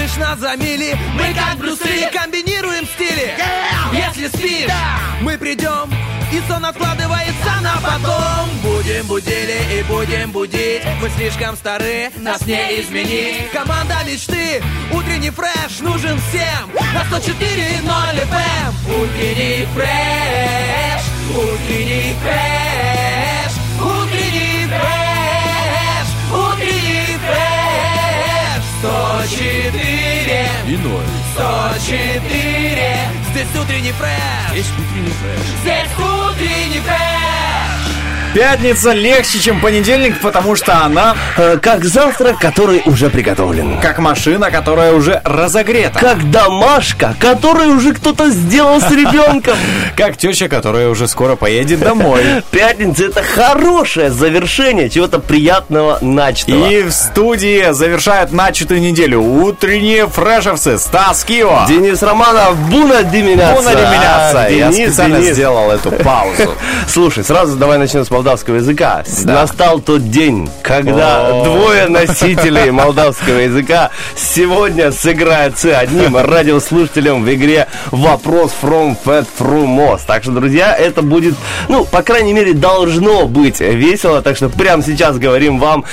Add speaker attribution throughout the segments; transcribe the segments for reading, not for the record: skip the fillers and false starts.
Speaker 1: Слышь, нас за мили, мы как Брюс Ли, комбинируем стили. Если спишь, мы придем, и сон откладывается на потом. Будем будили и будем будить, мы слишком стары, нас не изменить. Команда мечты, утренний фреш нужен всем на 104.0 FM. Утренний фреш, утренний фреш, утренний фреш, утренний фреш. 104
Speaker 2: и 0.
Speaker 1: 104. Здесь утренний фреш.
Speaker 2: Здесь утренний фреш.
Speaker 1: Здесь утренний фреш.
Speaker 2: Пятница легче, чем понедельник, потому что она...
Speaker 3: как завтрак, который уже приготовлен.
Speaker 2: Как машина, которая уже разогрета.
Speaker 3: Как домашка, которую уже кто-то сделал с ребенком.
Speaker 2: Как теща, которая уже скоро поедет домой.
Speaker 3: Пятница — это хорошее завершение чего-то приятного начатого.
Speaker 2: И в студии завершают начатую неделю утренние фрешевцы. Стас Кио,
Speaker 3: Денис Романов, Буна Деминяца.
Speaker 2: Буна Деминяца. Я специально сделал эту паузу.
Speaker 3: Слушай, сразу давай начнем с молдавского языка. Да. Настал тот день, когда двое носителей молдавского языка сегодня сыграют с одним радиослушателем в игре «Вопрос from Fat Frumos». Так что, друзья, это будет, по крайней мере, должно быть весело. Так что прямо сейчас говорим вам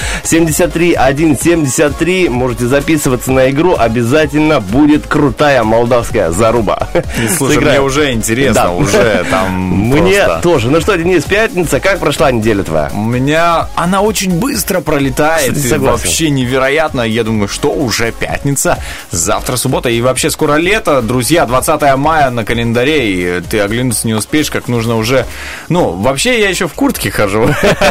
Speaker 3: 73173. Можете записываться на игру. Обязательно будет крутая молдавская заруба.
Speaker 2: Слушай, мне уже интересно, уже там
Speaker 3: мне тоже. Ну что, Денис, пятница, как прошла неделя твоя?
Speaker 2: У меня она очень быстро пролетает. Вообще невероятно. Я думаю, что уже пятница, завтра суббота. И вообще скоро лето, друзья. 20 мая на календаре. И ты оглянуться не успеешь, как нужно уже... вообще я еще в куртке хожу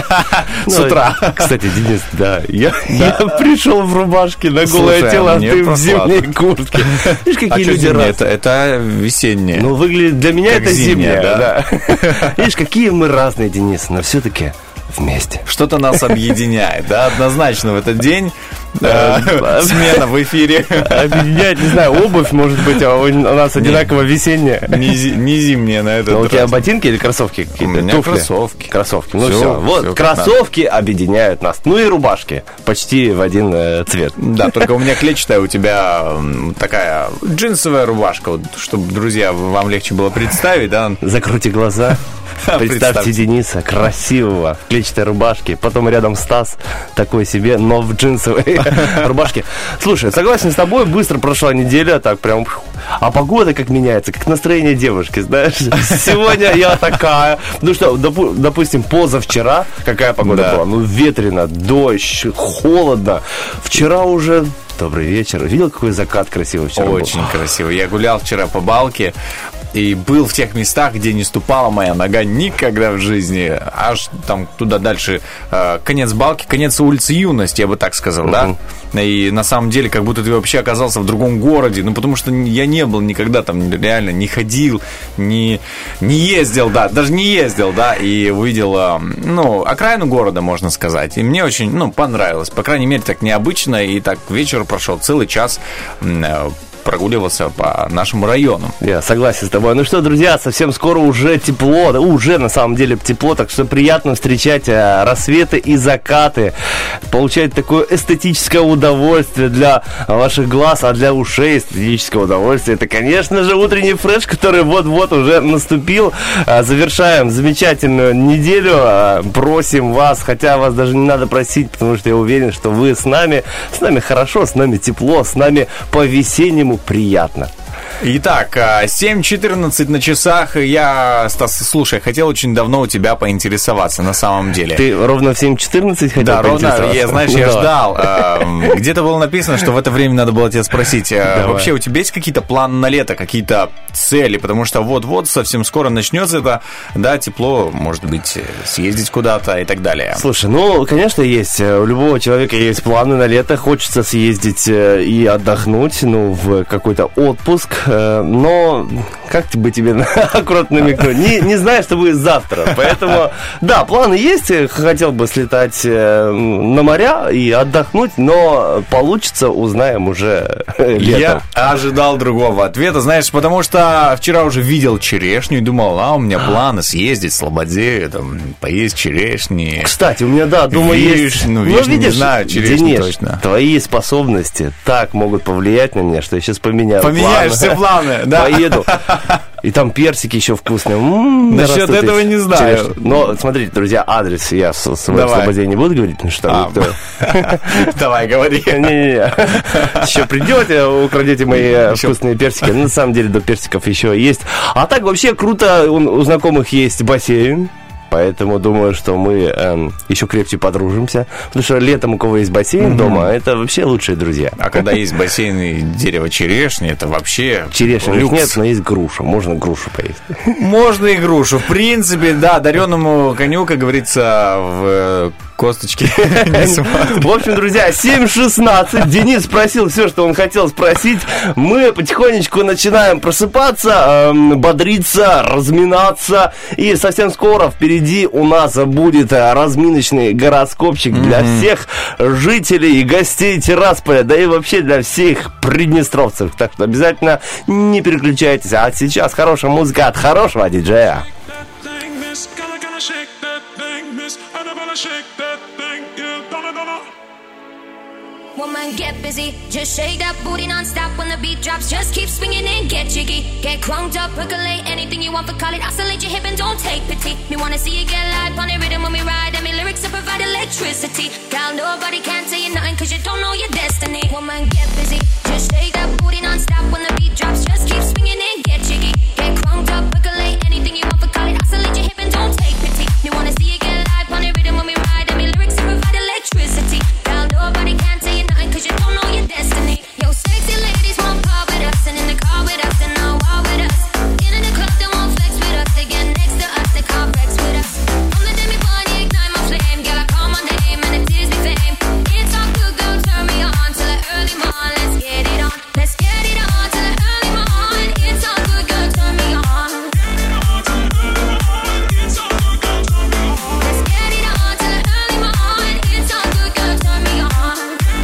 Speaker 2: с утра.
Speaker 3: Кстати, Денис, я пришел в рубашке на голое тело, а ты в зимней куртке. Видишь, какие люди разные.
Speaker 2: Это весеннее.
Speaker 3: Выглядит для меня это зимнее, да. Видишь, какие мы разные, Денис, но все-таки вместе.
Speaker 2: Что-то нас объединяет, да, однозначно в этот день. Смена в эфире.
Speaker 3: Объединяет, не знаю, обувь, может быть, у нас одинаково весенняя.
Speaker 2: Не зимняя на этот раз.
Speaker 3: У тебя ботинки или кроссовки какие-то?
Speaker 2: У меня кроссовки.
Speaker 3: Кроссовки, все. Вот, кроссовки объединяют нас. И рубашки почти в один цвет.
Speaker 2: Да, только у меня клетчатая, у тебя такая джинсовая рубашка, чтобы, друзья, вам легче было представить, да?
Speaker 3: Закройте глаза. Представьте Дениса, красивого, в клетчатой рубашке. Потом рядом Стас, такой себе, но в джинсовой рубашке. Слушай, согласен с тобой, быстро прошла неделя, так прям... А погода как меняется, как настроение девушки, знаешь. Сегодня я такая... допустим, позавчера какая погода была? Ветрено, дождь, холодно. Вчера уже... Добрый вечер. Видел, какой закат красивый вчера был?
Speaker 2: Очень красивый. Я гулял вчера по Балке и был в тех местах, где не ступала моя нога никогда в жизни. Аж там туда дальше конец Балки, конец улицы Юности, я бы так сказал, да? И на самом деле, как будто ты вообще оказался в другом городе. Потому что я не был никогда там, реально не ходил, не ездил, да, даже не ездил, да, и увидел, окраину города, можно сказать. И мне очень, понравилось. По крайней мере, так необычно. И так вечер прошел целый час, прогуливался по нашему району.
Speaker 3: Я согласен с тобой. Ну что, друзья, совсем скоро уже тепло, уже на самом деле тепло, так что приятно встречать рассветы и закаты, получать такое эстетическое удовольствие для ваших глаз, а для ушей эстетическое удовольствие. Это, конечно же, утренний фреш, который вот-вот уже наступил. Завершаем замечательную неделю. Просим вас, хотя вас даже не надо просить, потому что я уверен, что вы с нами хорошо, с нами тепло, с нами по-весеннему приятно.
Speaker 2: Итак, 7:14 на часах. Я, Стас, слушай, хотел очень давно у тебя поинтересоваться, на самом деле.
Speaker 3: Ты ровно в 7:14 хотел поинтересоваться?
Speaker 2: Я ждал. Где-то было написано, что в это время надо было тебя спросить. Вообще, у тебя есть какие-то планы на лето, какие-то цели? Потому что вот-вот совсем скоро начнется это, да, тепло, может быть, съездить куда-то и так далее.
Speaker 3: Слушай, конечно, есть. У любого человека есть планы на лето. Хочется съездить и отдохнуть, в какой-то отпуск. но как бы тебе аккуратно намекнуть? Не знаю, что будет завтра. Поэтому, да, планы есть. Хотел бы слетать на моря и отдохнуть, но получится, узнаем уже летом.
Speaker 2: Я ожидал другого ответа, знаешь, потому что вчера уже видел черешню и думал, у меня планы съездить в Слободе, там, поесть черешни.
Speaker 3: Кстати, у меня, да, дома есть...
Speaker 2: Ну, вишню, видишь, не знаю, черешни точно.
Speaker 3: Твои способности так могут повлиять на меня, что я сейчас поменяю
Speaker 2: Поменяешь все планы, да.
Speaker 3: Поеду. И там персики еще вкусные.
Speaker 2: Насчет этого не знаю.
Speaker 3: Черешни. Но, смотрите, друзья, адрес я в Слободе не буду говорить, ну что, никто...
Speaker 2: Давай, говори.
Speaker 3: Не-не-не. Еще придете, украдете мои вкусные персики. На самом деле, до персиков еще есть. А так, вообще, круто, у знакомых есть бассейн. Поэтому думаю, что мы еще крепче подружимся. Потому что летом, у кого есть бассейн дома, это вообще лучшие друзья.
Speaker 2: А когда есть бассейн и дерево черешни, это вообще
Speaker 3: черешни нет, но есть груша. Можно грушу поесть.
Speaker 2: Можно и грушу. В принципе, да, дареному коню, как говорится, в косточки не смотрят.
Speaker 3: В общем, друзья, 7:16. Денис спросил все, что он хотел спросить. Мы потихонечку начинаем просыпаться, бодриться, разминаться. И совсем скоро впереди у нас будет разминочный гороскопчик для всех жителей и гостей Тирасполя, да и вообще для всех приднестровцев. Так что обязательно не переключайтесь. А сейчас хорошая музыка от хорошего диджея.
Speaker 4: Woman, get busy, just shake that booty non-stop when the beat drops. Just keep swinging and get jiggy. Get crunked up, percolate anything you want for call it. Oscillate your hip and don't take pity. Me wanna see you get live on the rhythm when we ride. And me lyrics will provide electricity. Girl, nobody can tell you nothing cause you don't know your destiny. Woman, get busy, just shake that booty non-stop when the beat drops. Just keep swinging and get jiggy. Get crunked up, percolate anything you want for call it. Oscillate your hip and don't take pity. Me wanna see you get live on the rhythm when we ride. And me lyrics will provide electricity. Girl, nobody can tell you nothing cause you don't know your destiny. Yo, sexy ladies won't part with us. And in the car with us and now war with us. In the club they won't flex with us. They get next to us, they can't vex with us. I'm the demi body, ignite my flame. Girl, I call my name and it tears me fame. It's all good, girl, turn me on till the early morn. Let's get it on, let's get it on till the early morn. It's all good, girl, turn me on. Let's get it on till the early morn. It's all good, girl, turn me on.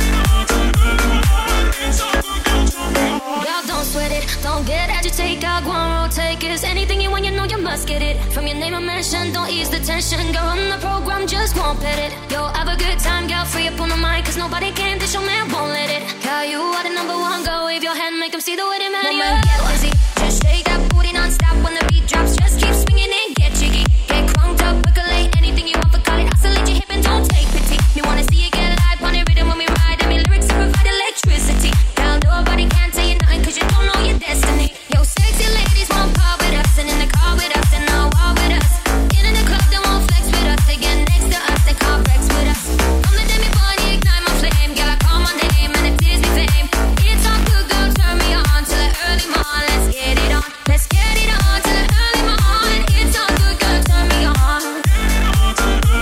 Speaker 4: Girl, don't sweat it, don't get agitated. Girl, go on, rotate, 'cause anything you want, you know you must get it. From your name and mention, don't ease the tension. Girl, on the program, just won't pet it. Yo, have a good time, girl, free up on the mic, 'cause nobody can, this your man won't let it. Girl, you are the number one, girl, wave your hand, make them see the way they man. Woman, get busy, just shake that booty non-stop when the beat drops. Just keep swinging and get jiggy. Get crunked up, percolate anything you want for call it. Oscillate your hip and don't take pity. Me wanna see you get live on the rhythm when we ride. And me lyrics will provide electricity. Girl, nobody can tell you nothing cause you don't know your destiny. Yo, sexy ladies won't part with us. And in the car with us and now war with us. In the club they won't flex with us. They get next to us, they can't vex with us. I'm the demi body, ignite my flame. Girl, I call my name and it tears me fame. It's all good, girl, turn me on till the early morn. Let's get it on, let's get it on till the early morn. It's all good, girl, turn me on. Let's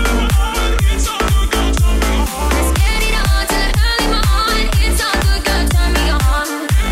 Speaker 4: get it on till the early morn. It's all good, girl, turn me on.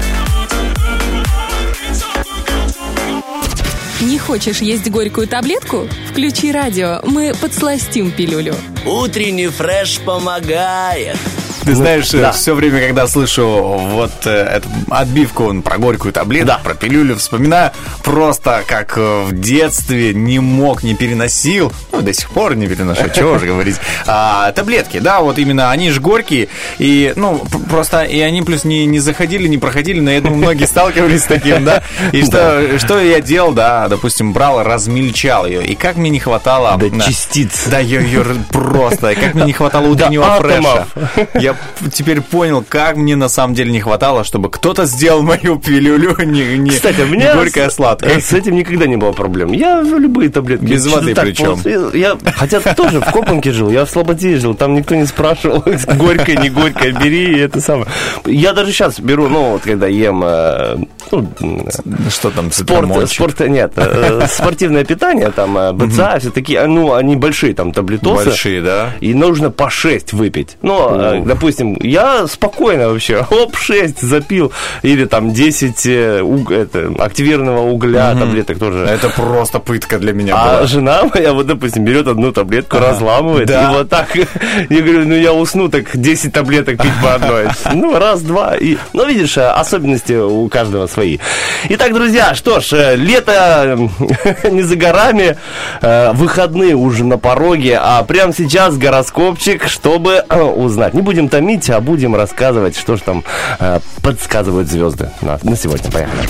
Speaker 5: Не хочешь есть горькую таблетку? Включи радио, мы подсластим пилюлю.
Speaker 6: Утренний фреш помогает.
Speaker 2: Ты знаешь, все время, когда слышу вот эту отбивку про горькую таблетку, про пилюлю, вспоминаю просто, как в детстве не мог, не переносил, ну, до сих пор не переношу, чего уже говорить, таблетки, да, вот именно они же горькие, и, ну, просто, и они плюс не заходили, не проходили, но я думаю, многие сталкивались с таким, да, и что я делал, да, допустим, брал, размельчал ее, и как мне не хватало...
Speaker 3: частиц.
Speaker 2: Да, ее просто, как мне не хватало утреннего фреша. Я теперь понял, как мне на самом деле не хватало, чтобы кто-то сделал мою пилюлю
Speaker 3: Кстати, у меня
Speaker 2: горькая, сладкая.
Speaker 3: С этим никогда не было проблем. Я любые таблетки.
Speaker 2: Без воды причем.
Speaker 3: Хотя тоже в Копанке жил, я в Слободе жил, там никто не спрашивал, горькая, не горькая, бери, и это самое. Я даже сейчас беру, ну, вот когда ем...
Speaker 2: что там,
Speaker 3: спортивное питание, там, БЦА, все такие, ну, они большие, там, таблетосы.
Speaker 2: Большие, да.
Speaker 3: И нужно по 6 выпить. Ну, допустим, я спокойно вообще, 6 запил, или там 10 активированного угля, таблеток тоже.
Speaker 2: Это просто пытка для меня
Speaker 3: А
Speaker 2: была.
Speaker 3: жена моя, вот, допустим, берет одну таблетку, разламывает,
Speaker 2: Да.
Speaker 3: и вот так, я говорю, ну я усну, так 10 таблеток пить по одной. Ну, раз, два, и... Ну, видишь, особенности у каждого свои. Итак, друзья, что ж, лето не за горами, выходные уже на пороге, а прямо сейчас гороскопчик, чтобы узнать. Не будем томить, а будем рассказывать, что же там подсказывают звезды. На сегодня, поехали.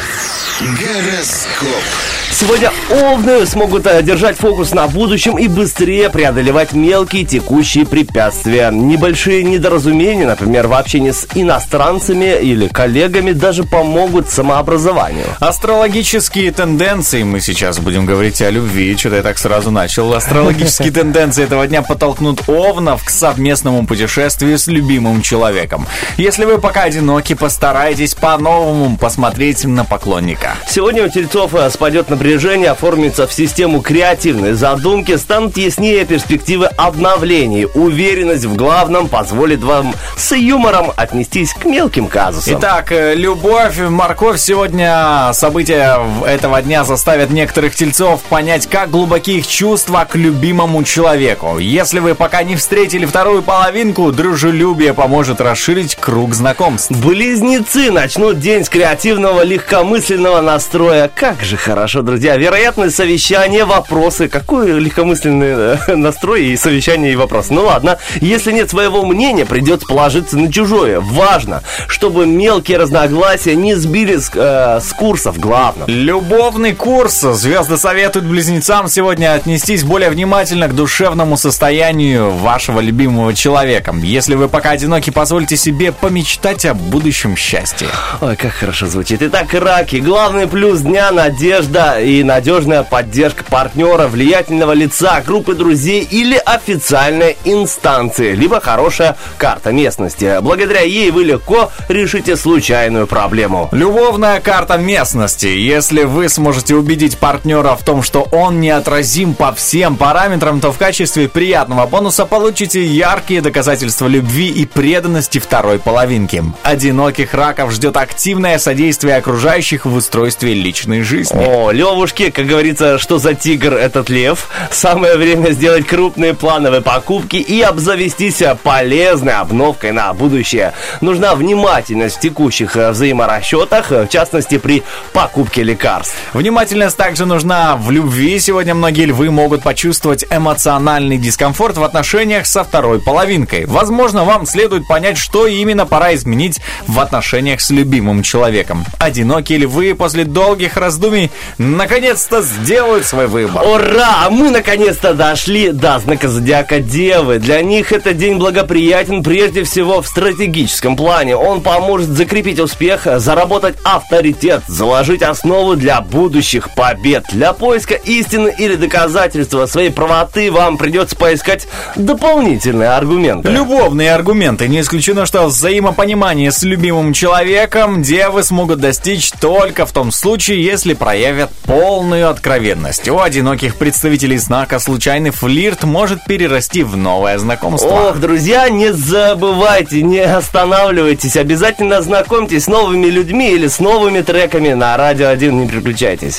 Speaker 7: Гороскоп.
Speaker 3: Сегодня овны смогут держать фокус на будущем и быстрее преодолевать мелкие текущие препятствия. Небольшие недоразумения, например, в общении с иностранцами или коллегами, даже помогут самообразованию.
Speaker 2: Астрологические тенденции, мы сейчас будем говорить о любви, что-то я так сразу начал. Астрологические тенденции этого дня подтолкнут овнов к совместному путешествию с любимым человеком. Если вы пока одиноки, постарайтесь по-новому посмотреть на поклонника.
Speaker 3: Сегодня у тельцов спадет напряжение, оформится в систему креативной задумки, станут яснее перспективы обновлений. Уверенность в главном позволит вам с юмором отнестись к мелким казусам.
Speaker 2: Итак, любовь, морковь. Сегодня события этого дня заставят некоторых тельцов понять, как глубоки их чувства к любимому человеку. Если вы пока не встретили вторую половинку, дружелюбие поможет расширить круг знакомств.
Speaker 3: Близнецы начнут день с креативного, легкомысленного настроя. Как же хорошо, друзья. Вероятность совещания, вопросы. Какой легкомысленный настрой и совещание, и вопросы. Ну ладно, если нет своего мнения, придется положиться на чужое. Важно, чтобы мелкие разногласия не сбили с курсов главного.
Speaker 2: Любовный курс. Звезды советуют близнецам сегодня отнестись более внимательно к душевному состоянию вашего любимого человека. Если вы пока одиноки, позвольте себе помечтать о будущем счастье.
Speaker 3: Ой, как хорошо звучит. Итак, раки. Главный плюс дня — надежда и надежная поддержка партнера, влиятельного лица, группы друзей или официальной инстанции, либо хорошая карта местности. Благодаря ей вы легко решите случайную проблему.
Speaker 2: Любовная карта местности. Если вы сможете убедить партнера в том, что он неотразим по всем параметрам, то в качестве приятного бонуса получите яркие доказательства любви и преданности второй половинки. Одиноких раков ждет активное содействие окружающих в устройстве личной жизни.
Speaker 3: О, Левушки, как говорится, что за тигр этот лев. Самое время сделать крупные плановые покупки и обзавестись полезной обновкой на будущее. Нужна внимательность в текущих взаиморасчетах, в частности при покупке лекарств.
Speaker 2: Внимательность также нужна в любви. Сегодня многие львы могут почувствовать эмоциональный дискомфорт в отношениях со второй половинкой. Возможно, вам следует понять, что именно пора изменить в отношениях с любимым человеком. Одинокие львы после долгих раздумий наконец-то сделают свой выбор.
Speaker 3: Ура! Мы наконец-то дошли до знака зодиака Девы. Для них этот день благоприятен прежде всего в стратегическом плане. Он поможет закрепить успех, заработать авторитет, заложить основу для будущих побед. Для поиска истины или доказательства своей правоты вам придется поискать дополнительные аргументы.
Speaker 2: Любовные аргументы. Не исключено, что взаимопонимание с любимым человеком девы смогут достичь только в том случае, если проявят полную откровенность. У одиноких представителей знака случайный флирт может перерасти в новое знакомство.
Speaker 3: Ох, друзья, не забывайте, не останавливайтесь. Обязательно знакомьтесь с новыми людьми или с новыми треками на Радио 1. Не переключайтесь.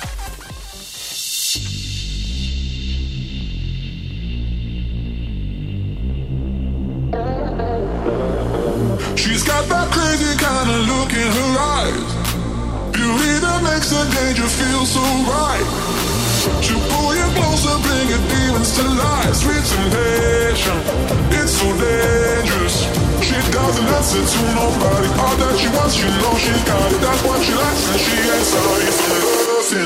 Speaker 8: She's got that crazy kind of look in her eyes. Beauty that makes the danger feel so right. She'll pull you closer, bring your demons to life. Sweet temptation, it's so dangerous. She doesn't answer to nobody. All that she wants, she knows she got it. That's what she likes, and she ain't sorry for nothing.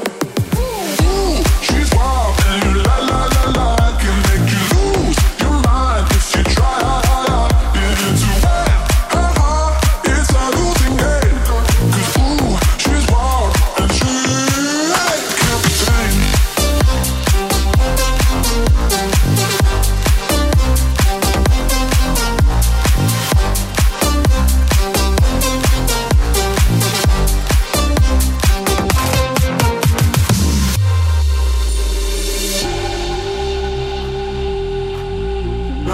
Speaker 8: She's wild, and you la la la la can make you lose your mind if you try.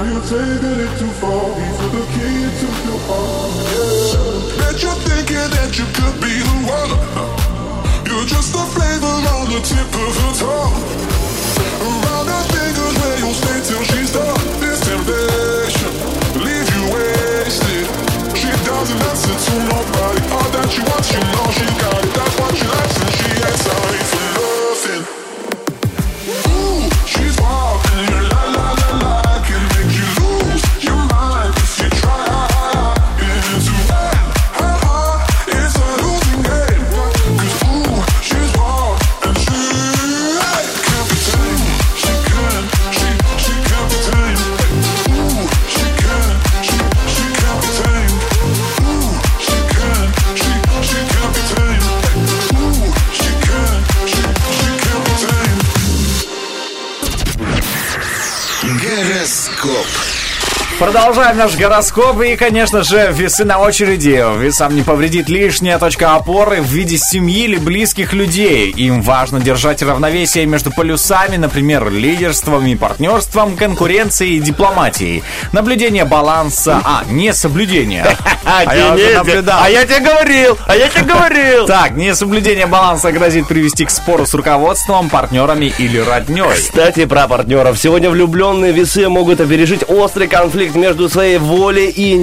Speaker 8: you're taking it too far. These are the keys to your heart. Yeah. Bet you're thinking that you could be the one. You're just a flavor on the tip of her tongue. Around her fingers where you'll stay till she's done. This temptation leave you wasted. She doesn't answer to nobody. All that she wants, you know she got it. That's what she likes and she ain't sorry for nothing. Ooh, she's wild and you're la la la la. Can make you lose your mind if you try. Into it's a losing game. 'Cause ooh, she's wild and she can't be tamed. She can't be tamed. Ooh, she can't be tamed. Ooh, she can't be tamed. Ooh, she can't be tamed.
Speaker 7: Гороскоп.
Speaker 2: Продолжаем наш гороскоп и, конечно же, весы на очереди. Весам не повредит лишняя точка опоры в виде семьи или близких людей. Им важно держать равновесие между полюсами, например, лидерством и партнерством, конкуренцией и дипломатией. Наблюдение баланса... не соблюдение.
Speaker 3: А я тебе говорил.
Speaker 2: Так, несоблюдение баланса грозит привести к спору с руководством, партнерами или родней.
Speaker 3: Кстати, про партнеров. Сегодня влюбленные весы могут пережить острый конфликт между своей волей и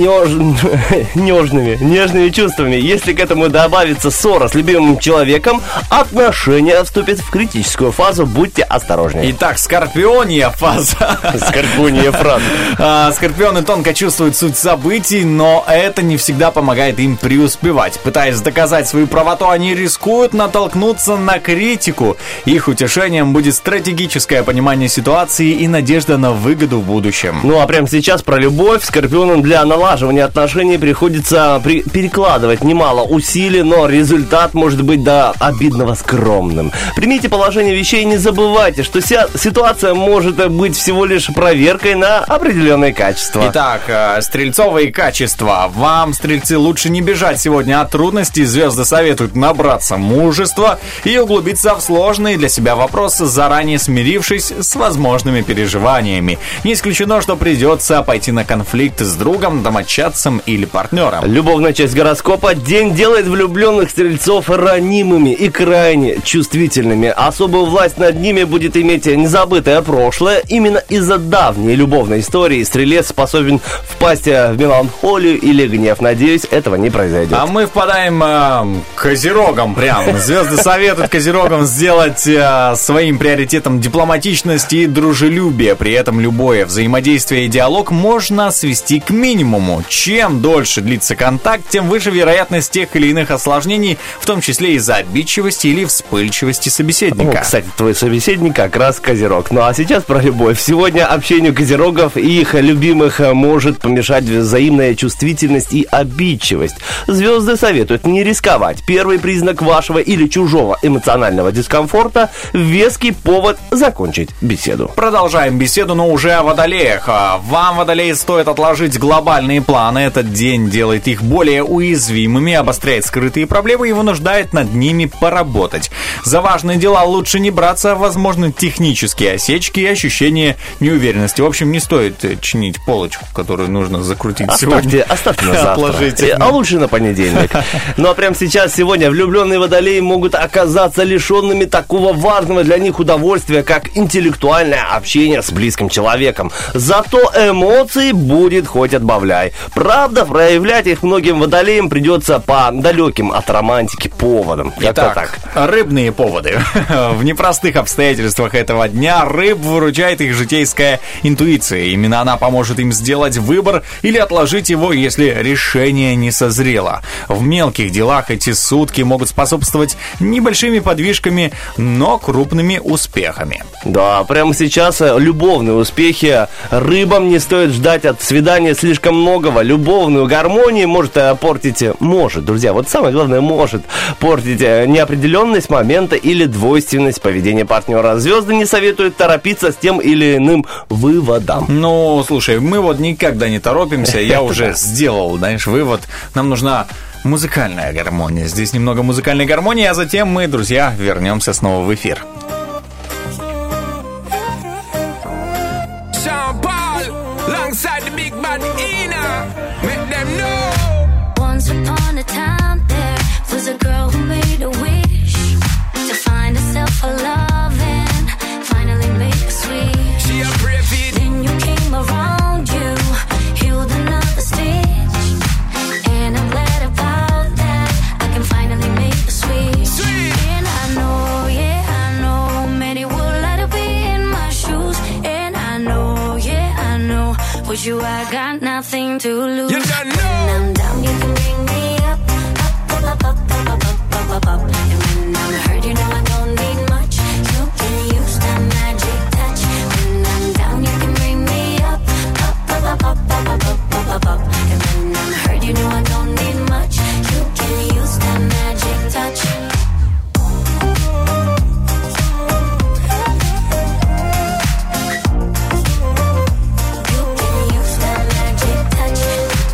Speaker 3: нежными чувствами. Если к этому добавится ссора с любимым человеком, отношения вступят в критическую фазу. Будьте осторожнее.
Speaker 2: Итак, скорпионья фаза.
Speaker 3: Скорпионья фраза.
Speaker 2: Скорпионы тонко чувствуют суть событий, но это не всегда помогает им преуспевать. Пытаясь доказать свою правоту, они рискуют натолкнуться на критику. Их утешением будет стратегическое понимание ситуации и надежда на выгоду в будущем.
Speaker 3: Ну а прямо сейчас про любовь. Скорпионам для налаживания отношений приходится перекладывать немало усилий, но результат может быть до обидного скромным. Примите положение вещей и не забывайте, что ситуация может быть всего лишь проверкой на определенные качества.
Speaker 2: Итак, стрельцовые качества. Вам, стрельцы, лучше не бежать сегодня от трудностей. Звезды советуют набраться мужества и углубиться в сложные для себя вопросы, заранее смирившись с возможными переживаниями. Не исключено, что придется пойти на конфликт с другом, домочадцем или партнером.
Speaker 3: Любовная часть гороскопа. День делает влюбленных стрельцов ранимыми и крайне чувствительными. Особую власть над ними будет иметь незабытое прошлое. Именно из-за давней любовной истории стрелец способен впасть в меланхолию или гнев. Надеюсь, этого не произойдет.
Speaker 2: А мы впадаем к козерогам прям. Звезды советуют козерогам сделать своим приоритетом дипломатичность и дружелюбие. При этом любое взаимодействие и диалог можно свести к минимуму. Чем дольше длится контакт, тем выше вероятность тех или иных осложнений, в том числе из-за обидчивости или вспыльчивости собеседника.
Speaker 3: Кстати, твой собеседник как раз козерог. Ну а сейчас про любовь. Сегодня общению козерогов и их любимых может помешать взаимная чувствительность и обидчивость. Звезды советуют не рисковать. Первый признак вашего или чужого эмоционального дискомфорта – веский повод закончить беседу.
Speaker 2: Продолжаем беседу, но уже о водолеях. Вам, водолеи, стоит отложить глобальные планы. Этот день делает их более уязвимыми, обостряет скрытые проблемы и вынуждает над ними поработать. За важные дела лучше не браться, возможны технические осечки и ощущение неуверенности. В общем, не стоит чинить полочку, которую нужно закрутить сегодня.
Speaker 3: Оставьте на завтра. А лучше на понедельник. Ну а прямо сейчас, сегодня, влюбленные водолеи могут оказаться лишенными такого важного для них удовольствия, как интеллектуальное общение с близким человеком. Зато эмоций будет хоть отбавляй. Правда, проявлять их многим водолеям придется по далеким от романтики поводам.
Speaker 2: Итак, рыбные поводы. В непростых обстоятельствах этого дня рыб выручает их житейская интуиция. Именно она поможет им сделать выбор или отложить его, если решение не созрело. В мелких делах эти сутки могут способствовать небольшими подвижками, но крупными успехами.
Speaker 3: Да, прямо сейчас любовные успехи. Рыбам не стоит ждать от свидания слишком многого. Любовную гармонию может портить, друзья, вот самое главное, может портить неопределенность момента или двойственность поведения партнера. Звезды не советуют торопиться с тем или иным выводом.
Speaker 2: Ну, слушай, мы вот никогда не торопимся. Я уже сделал, вывод. Нам нужна музыкальная гармония. Здесь немного музыкальной гармонии, а затем мы, друзья, вернемся снова в эфир.
Speaker 1: alongside the big bad Ina. Make them know.
Speaker 4: Once upon a time there was a girl who made a wish to find herself a love and finally make a switch.
Speaker 1: She a brave it.
Speaker 4: Then you came around, you healed another stitch, and I'm glad about that. I can finally make a switch.
Speaker 1: Sweet.
Speaker 4: And I know, yeah, I know, many would like to be in my shoes. And I know, yeah, I know, with you I got nothing to lose.
Speaker 1: You don't know.
Speaker 4: When I'm down, you can bring me up, up, up, up, up, up, up, up, up. And when I'm hurt, you know I don't need much. You can use that magic touch. When I'm down, you can bring me up, up, up, up, up, up, up, up, up, up. And when I'm hurt, you know I don't need much. You can use that magic touch. You can use that magic touch.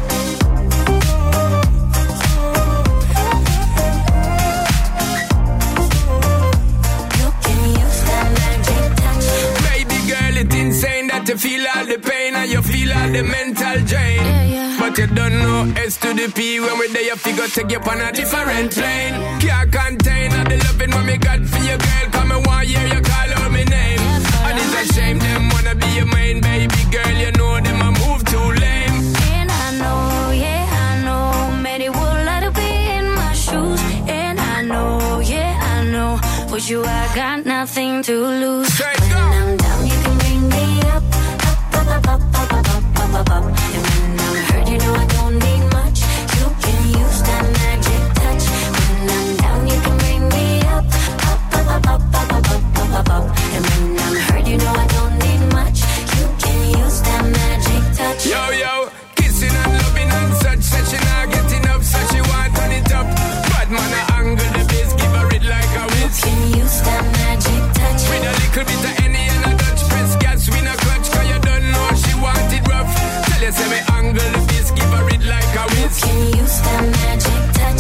Speaker 4: You can use that magic touch.
Speaker 1: Baby girl, it's insane that you feel all the pain and you feel all the mental drain.
Speaker 4: Yeah.
Speaker 1: But you don't know S to the P. When we're there, you figure take you on a different plane. Can't contain all the loving what me got for you, girl. Come and one year you call out my name. And it's a shame them wanna be your main baby girl. You know them a move too lame.
Speaker 4: And I know, yeah, I know, many would like to be in my shoes. And I know, yeah, I know, with you I got nothing to lose.
Speaker 1: Straight
Speaker 4: When
Speaker 1: go.
Speaker 4: I'm down, you can bring me up, up, up, up, up, up, up, up, up, up. And when I'm hurt, you know I don't need much. You can use that magic touch. When I'm down, you can bring me up, up, up, up, up, up, up, up, up, up. And when I'm hurt, you know I don't need much. You can use that magic touch.
Speaker 1: Yo, yo, kissing and loving and such. Said she not get enough, so she want turn it up. Bad man a angle the bass, give her it like a whiz.
Speaker 4: Can use that magic touch.
Speaker 1: With a little bit of any and a Dutch press gas, we no clutch, cause you don't know she want it rough. Tell you say me angle the bass, give her it like a whiz.
Speaker 4: Can use that magic touch.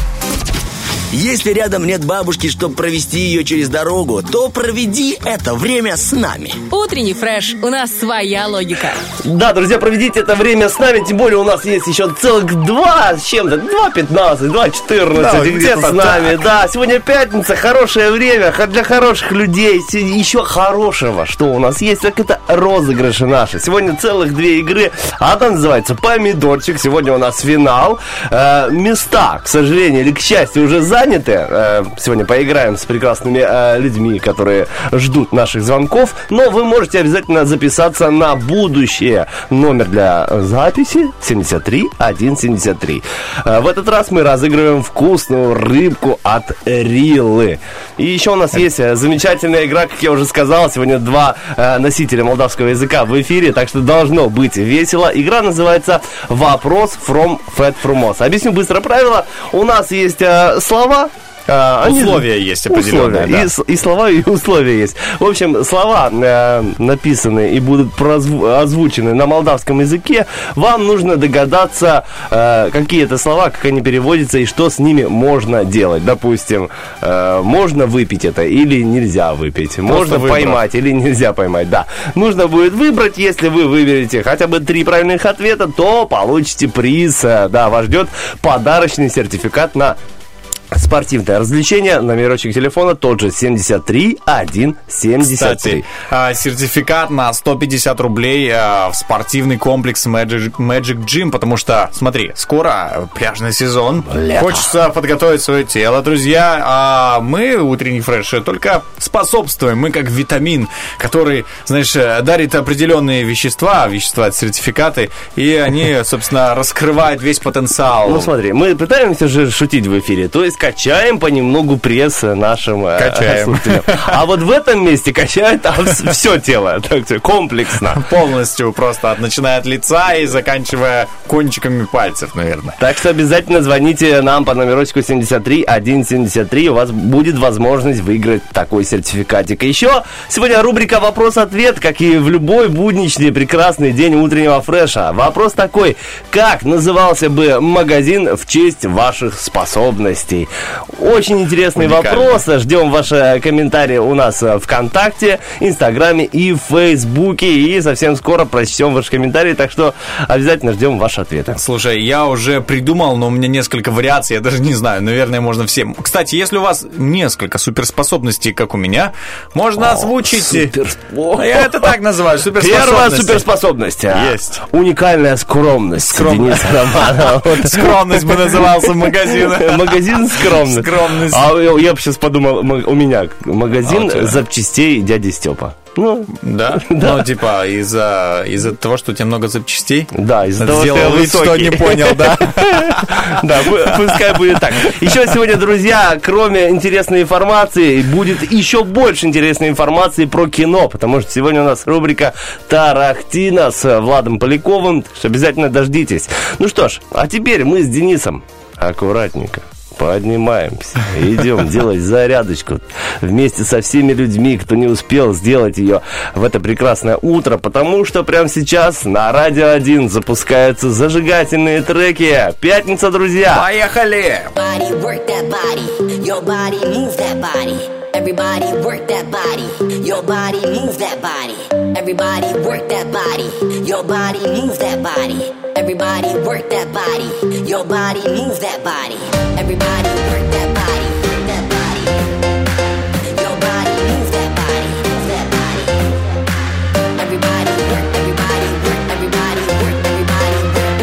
Speaker 6: Если рядом нет бабушки, чтобы провести ее через дорогу, то проведи это время с нами.
Speaker 5: Утренний фреш. У нас своя логика.
Speaker 3: Да, друзья, проведите это время с нами, тем более у нас есть еще целых 2 с чем-то, 2:15, 2:14,
Speaker 2: Да,
Speaker 3: где-то
Speaker 2: где-то
Speaker 3: с нами. Да, сегодня пятница, хорошее время для хороших людей. Еще хорошего, что у нас есть, так это розыгрыши наши. Сегодня целых 2 игры. Одна называется «Помидорчик». Сегодня у нас финал. Места, к сожалению или к счастью, уже заняты. Сегодня поиграем с прекрасными людьми, которые ждут наших звонков. Но вы можете обязательно записаться на будущее. Номер для записи 73173. В этот раз мы разыгрываем вкусную рыбку от Риллы. И еще у нас есть замечательная игра, как я уже сказал. Сегодня 2 носителя молдавского языка в эфире, так что должно быть весело. Игра называется «Вопрос from Fat Frumos». Объясню быстро правила. У нас есть слова.
Speaker 2: Условия есть определенные,
Speaker 3: условия,
Speaker 2: да.
Speaker 3: и слова, и условия есть. В общем, слова написаны и будут озвучены на молдавском языке. Вам нужно догадаться, какие это слова, как они переводятся и что с ними можно делать. Допустим, можно выпить это или нельзя выпить. Можно поймать или нельзя поймать, да. Нужно будет выбрать. Если вы выберете хотя бы 3 правильных ответа, то получите приз. Да, вас ждет подарочный сертификат на спортивное развлечение. Номерочек телефона тот же 73173.
Speaker 2: Кстати, сертификат на 150 рублей в спортивный комплекс Magic Gym, потому что, смотри, скоро пляжный сезон.
Speaker 3: Лето.
Speaker 2: Хочется подготовить свое тело, друзья. А мы, утренний фреш, только способствуем. Мы как витамин, который, знаешь, дарит определенные вещества, это сертификаты, и они, собственно, раскрывают весь потенциал.
Speaker 3: Ну смотри, мы пытаемся же шутить в эфире, то есть качаем понемногу пресс нашим слушателям. А вот в этом месте качает все тело, так сказать, комплексно.
Speaker 2: Полностью просто начиная от лица и заканчивая кончиками пальцев, наверное.
Speaker 3: Так что обязательно звоните нам по номерочку 73173, у вас будет возможность выиграть такой сертификатик. И еще сегодня рубрика «Вопрос-ответ», как и в любой будничный прекрасный день утреннего фреша. Вопрос такой: как назывался бы магазин в честь ваших способностей? Очень интересные вопросы. Ждем ваши комментарии у нас в ВКонтакте, Инстаграме и в Фейсбуке. И совсем скоро прочтем ваши комментарии, так что обязательно ждем ваши ответы.
Speaker 2: Слушай, я уже придумал, но у меня несколько вариаций, я даже не знаю, наверное, можно всем. Кстати, если у вас несколько суперспособностей, как у меня, можно озвучить... Я это так называю, суперспособности.
Speaker 3: Первая суперспособность.
Speaker 2: Есть.
Speaker 3: Уникальная скромность. Дениса Романова.
Speaker 2: Скромность бы назывался магазин.
Speaker 3: Магазин скромность.
Speaker 2: Скромность.
Speaker 3: А я бы сейчас подумал, у меня магазин запчастей дяди Степа. Ну,
Speaker 2: да? Ну, типа, из-за того, что у тебя много запчастей?
Speaker 3: Да, из-за того, что я
Speaker 2: сделал вид, что не понял, да?
Speaker 3: Да, пускай будет так. Еще сегодня, друзья, кроме интересной информации, будет еще больше интересной информации про кино, потому что сегодня у нас рубрика «Тарахтина» с Владом Поляковым, так что обязательно дождитесь. Ну что ж, а теперь мы с Денисом аккуратненько поднимаемся, идем делать зарядочку вместе со всеми людьми, кто не успел сделать ее в это прекрасное утро, потому что прямо сейчас на Радио 1 запускаются зажигательные треки. Пятница, друзья!
Speaker 2: Поехали!
Speaker 7: Everybody work that body, your body move that body. Everybody work that body, your body move that body. Everybody work that body, your body move that body. Everybody work that body, that body. Your body move that body, move that body. Everybody work, everybody work, everybody work, everybody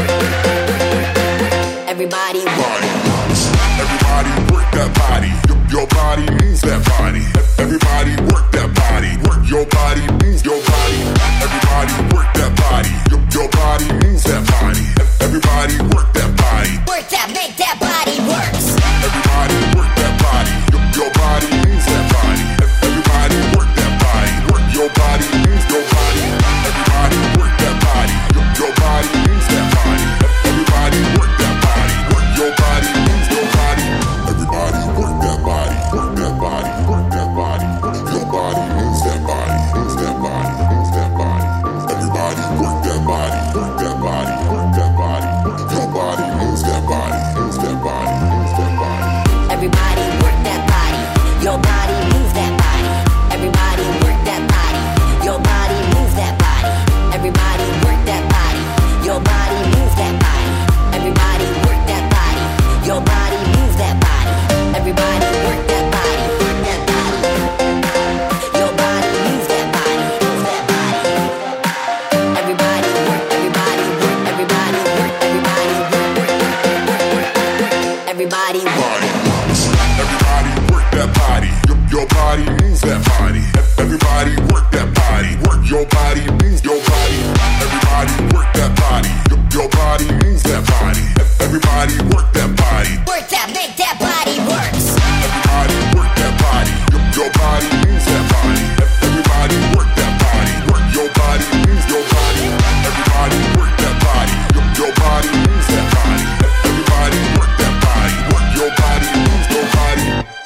Speaker 7: work, everybody work.
Speaker 8: Everybody work that body. Your body moves that body. Everybody work that body. Work your body, move your body. Everybody work that body. Your body moves that body. Everybody work that body.
Speaker 7: Work that, make that body works.
Speaker 8: Everybody work that body. Your body moves that body. Everybody work that body. Work your body, move your body. Everybody work that body. Your body moves that body. Everybody work that body. Work your body, move your body. Everybody work that body. Work that body. Work that body. Your body moves that body. Moves that body. Moves that body. Everybody work that body. Work that body. Work that body. Your body moves that body. Moves that body. Moves that body.
Speaker 7: Everybody work that body. Your body move that body. Everybody work that body. Your body move that body. Everybody work that body. Your body move that body. Everybody work that body. Your body move that body. Everybody work that body. Work that body. Your body move that body. Move that body. Everybody work. Everybody work. Everybody work. Everybody work. Everybody work.
Speaker 8: Everybody work that body. Your body moves that body. Everybody work that body. Work your body, move your body. Everybody work that body. Your body moves that body. Everybody work that body.
Speaker 7: Work that, make that body works.
Speaker 8: Everybody work that body. Your body moves that body. Everybody work that body. Work your body, move your body. Everybody work that body. Your body moves that body. Everybody work that body. Work your body, move your body.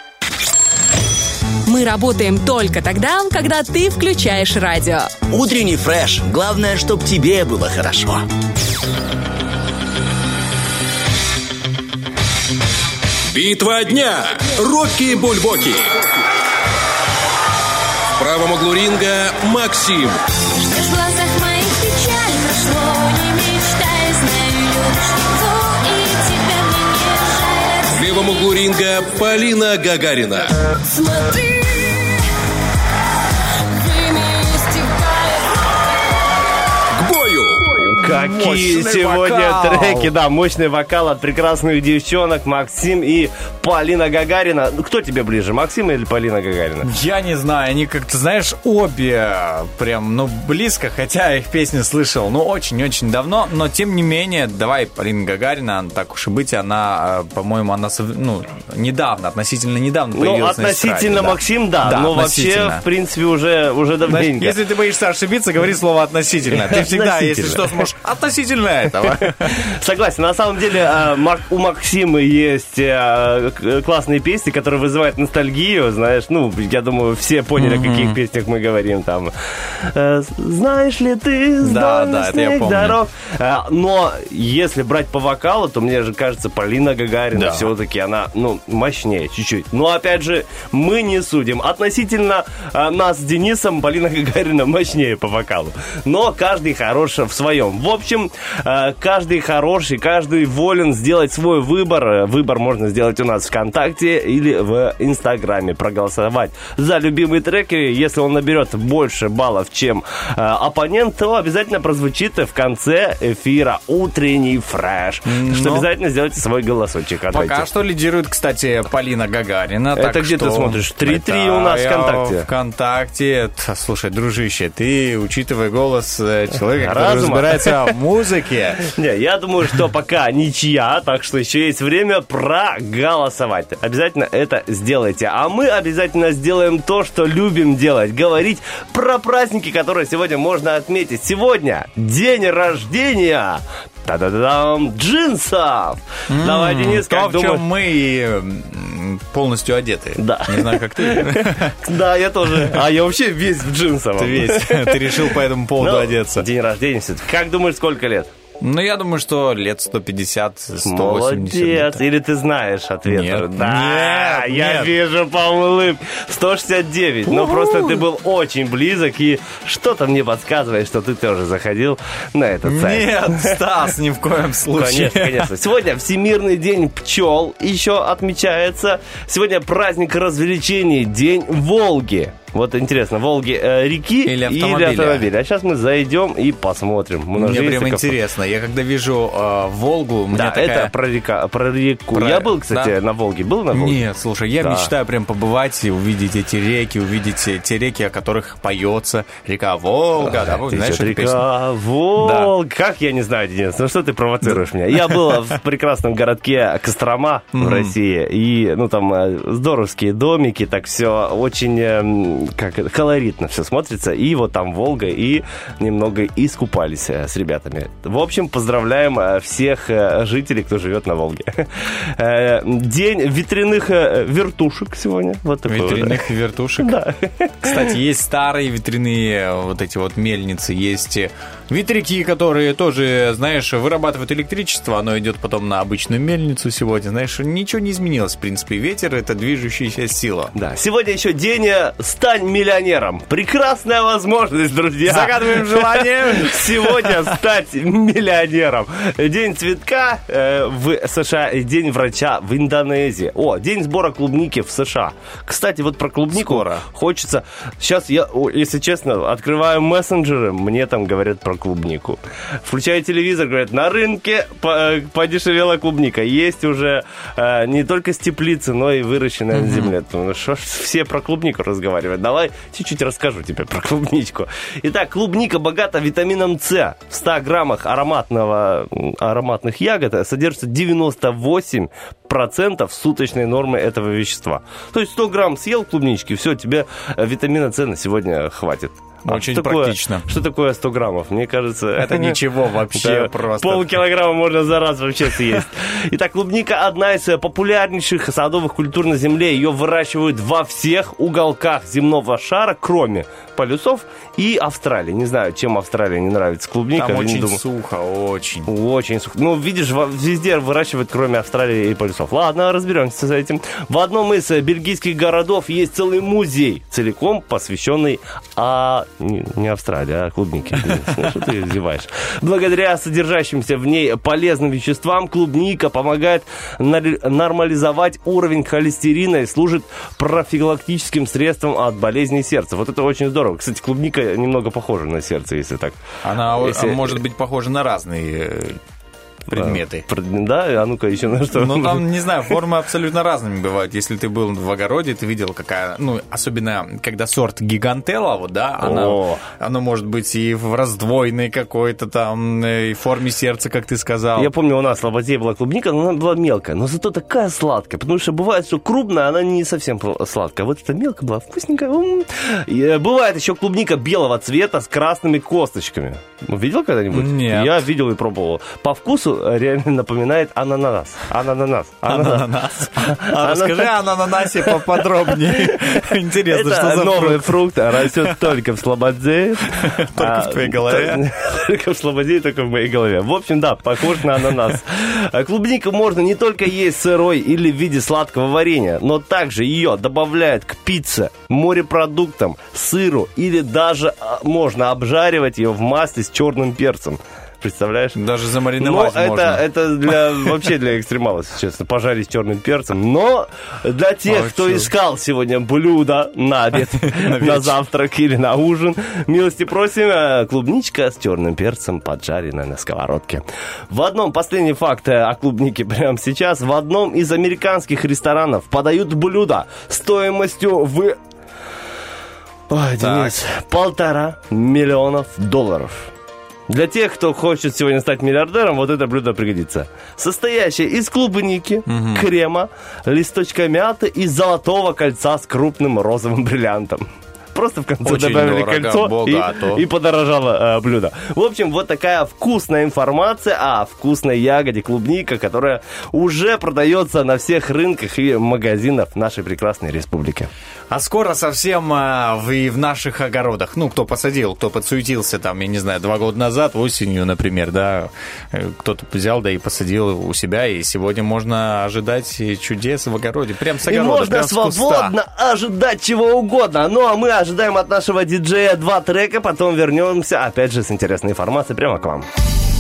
Speaker 5: Мы работаем только тогда, когда ты включаешь радио.
Speaker 6: Утренний фреш. Главное, чтоб тебе было хорошо.
Speaker 9: Битва дня. Рокки Бульбоки. В правом углу ринга Максим.
Speaker 4: Что ж в глазах моих печаль прошло, не мечтай, знаю, любишь его, и тебя мне не жаль.
Speaker 9: В левом углу ринга Полина Гагарина.
Speaker 4: Смотри, время истекает.
Speaker 9: К бою.
Speaker 3: Какие
Speaker 2: Мощный
Speaker 3: сегодня
Speaker 2: вокал.
Speaker 3: треки, да, мощный вокал от прекрасных девчонок Максим и Полина Гагарина. Ну, кто тебе ближе, Максим или Полина Гагарина?
Speaker 2: Я не знаю, они как-то, знаешь, обе прям, близко, хотя их песни слышал, очень-очень давно, но тем не менее, давай, Полина Гагарина, так уж и быть, она, по-моему, недавно, относительно недавно появилась на эстраде.
Speaker 3: Относительно
Speaker 2: да.
Speaker 3: Максим, да, но вообще, в принципе, уже давненько.
Speaker 2: Если ты боишься ошибиться, говори слово «относительно». Ты всегда, если что, сможешь думаешь относительно этого?
Speaker 3: Согласен, на самом деле у Максима есть классные песни, которые вызывают ностальгию, знаешь, ну, я думаю, все поняли, о каких песнях мы говорим, там, знаешь ли ты с дальних дорог. Но если брать по вокалу, то мне же кажется, Полина Гагарина все-таки она, ну, мощнее чуть-чуть. Но, опять же, мы не судим. Относительно нас с Денисом Полина Гагарина мощнее по вокалу. Но каждый хорош в своем. В общем, каждый хороший, каждый волен сделать свой выбор. Выбор можно сделать у нас ВКонтакте или в Инстаграме. Проголосовать за любимый трек. И если он наберет больше баллов, чем оппонент, то обязательно прозвучит в конце эфира утренний фреш. Что обязательно сделайте свой голосочек.
Speaker 2: Пока что лидирует, кстати, Полина Гагарина.
Speaker 3: Это где ты смотришь? 3-3 у нас ВКонтакте.
Speaker 2: ВКонтакте. Слушай, дружище, ты, учитывая голос человека, который разбирается в музыке.
Speaker 3: Не, я думаю, что пока ничья, так что еще есть время проголосовать. Обязательно это сделайте. А мы обязательно сделаем то, что любим делать. Говорить про праздники, которые сегодня можно отметить. Сегодня день рождения та-да-да-дам, джинсов. Давай, Денис, как думаешь?
Speaker 2: В чем мы полностью одеты.
Speaker 3: Да.
Speaker 2: Не знаю, как ты.
Speaker 3: Да, я тоже. А я вообще весь в джинсовом.
Speaker 2: Ты весь. Ты решил по этому поводу одеться.
Speaker 3: День рождения все-таки. Как думаешь, сколько лет?
Speaker 2: Ну, я думаю, что лет 150, 180.
Speaker 3: Молодец. Или ты знаешь ответ?
Speaker 2: Нет.
Speaker 3: Да, я вижу по улыбке. 169. Но просто ты был очень близок, и что-то мне подсказывает, что ты тоже заходил на этот сайт.
Speaker 2: Нет, Стас, ни в коем случае.
Speaker 3: Конечно, конечно. Сегодня Всемирный день пчел еще отмечается. Сегодня праздник развлечений, День Волги. Вот интересно, Волги реки или автомобиля? А сейчас мы зайдем и посмотрим.
Speaker 2: Мне прям интересно. Я когда вижу Волгу,
Speaker 3: да,
Speaker 2: такая...
Speaker 3: это про реку. Я был, кстати, на Волге. Был на Волге?
Speaker 2: Нет, слушай, я мечтаю прям побывать и увидеть эти реки, увидеть те реки, о которых поется река Волга. Да, знаешь эту песню?
Speaker 3: Река Волга. Да. Как я не знаю, Денис, ну что ты провоцируешь меня? Я был в прекрасном городке Кострома в России, и ну там здоровские домики, так все очень... как колоритно все смотрится. И вот там Волга, и немного искупались с ребятами. В общем, поздравляем всех жителей, кто живет на Волге. День ветряных вертушек сегодня. Вот такой
Speaker 2: ветряных вертушек?
Speaker 3: Да.
Speaker 2: Кстати, есть старые ветряные вот эти вот мельницы, есть ветряки, которые тоже, знаешь, вырабатывают электричество, оно идет потом на обычную мельницу сегодня. Знаешь, ничего не изменилось, в принципе. Ветер — это движущаяся сила.
Speaker 3: Да. Сегодня еще день «Стань миллионером». Прекрасная возможность, друзья.
Speaker 2: Загадываем желание
Speaker 3: сегодня стать миллионером. День цветка в США, день врача в Индонезии. О, день сбора клубники в США. Кстати, вот про клубнику хочется... Сейчас я, если честно, открываю мессенджеры, мне там говорят про клубнику. Включаю телевизор, говорят, на рынке подешевела клубника. Есть уже не только с теплицы, но и выращенная на земле. Ну что ж, все про клубнику разговаривают. Давай чуть-чуть расскажу тебе про клубничку. Итак, клубника богата витамином С. В 100 граммах ароматных ягод содержится 98% суточной нормы этого вещества. То есть 100 грамм съел клубнички, все, тебе витамина С на сегодня хватит.
Speaker 2: Очень практично.
Speaker 3: Что такое 100 граммов? Мне кажется...
Speaker 2: Это ничего вообще просто.
Speaker 3: Полкилограмма можно за раз вообще съесть. Итак, клубника одна из популярнейших садовых культур на Земле. Ее выращивают во всех уголках земного шара, кроме полюсов и Австралии. Не знаю, чем Австралии не нравится клубника.
Speaker 2: Там очень сухо, очень.
Speaker 3: Очень сухо. Ну, видишь, везде выращивают, кроме Австралии и полюсов. Ладно, разберемся с этим. В одном из бельгийских городов есть целый музей, целиком посвященный не Австралия, а клубнике. Что ты издеваешь? Благодаря содержащимся в ней полезным веществам клубника помогает нормализовать уровень холестерина и служит профилактическим средством от болезней сердца. Вот это очень здорово. Кстати, клубника немного похожа на сердце, если так.
Speaker 2: Она может быть похожа на разные предметы.
Speaker 3: Да, а ну-ка еще на что?
Speaker 2: Ну, там, не знаю, формы абсолютно разными бывают. Если ты был в огороде, ты видел, какая... Ну, особенно, когда сорт гигантелла, вот, да, оно может быть и в раздвоенной какой-то там, и в форме сердца, как ты сказал.
Speaker 3: Я помню, у нас в Слободе была клубника, но она была мелкая, но зато такая сладкая, потому что бывает, что крупная, она не совсем сладкая. Вот эта мелкая была вкусненькая. И бывает еще клубника белого цвета с красными косточками. Видел когда-нибудь?
Speaker 2: Нет.
Speaker 3: Я видел и пробовал. По вкусу реально напоминает ананас.
Speaker 2: Ананас. Расскажи о ананасе поподробнее. Интересно, что за
Speaker 3: новый фрукт растет только в Слободе.
Speaker 2: Только в твоей голове.
Speaker 3: Только в Слободе и только в моей голове. В общем, да, похож на ананас. Клубнику можно не только есть сырой или в виде сладкого варенья, но также ее добавляют к пицце, морепродуктам, сыру или даже можно обжаривать ее в масле с черным перцем. Представляешь?
Speaker 2: Даже замариновать можно.
Speaker 3: Это вообще для экстремалов, если честно, пожарить черным перцем. Но для тех, кто искал сегодня блюдо на обед, на завтрак или на ужин, милости просим, клубничка с черным перцем, поджаренная на сковородке. Последний факт о клубнике прямо сейчас. В одном из американских ресторанов подают блюдо стоимостью в... Ой, Денис, $1,5 миллиона. Для тех, кто хочет сегодня стать миллиардером, вот это блюдо пригодится. Состоящее из клубники, крема, листочка мяты и золотого кольца с крупным розовым бриллиантом. Просто в конце
Speaker 2: очень
Speaker 3: добавили
Speaker 2: дорого,
Speaker 3: кольцо и подорожало блюдо. В общем, вот такая вкусная информация о вкусной ягоде клубника, которая уже продается на всех рынках и магазинах нашей прекрасной республики.
Speaker 2: А скоро совсем и в наших огородах, ну, кто посадил, кто подсуетился там, я не знаю, 2 года назад, осенью, например, да, кто-то взял, да и посадил у себя, и сегодня можно ожидать чудес в огороде, прям с огорода,
Speaker 3: и можно
Speaker 2: прям с куста.
Speaker 3: Свободно ожидать чего угодно. Ну, а мы ожидаем от нашего диджея 2 трека, потом вернемся, опять же, с интересной информацией прямо к вам.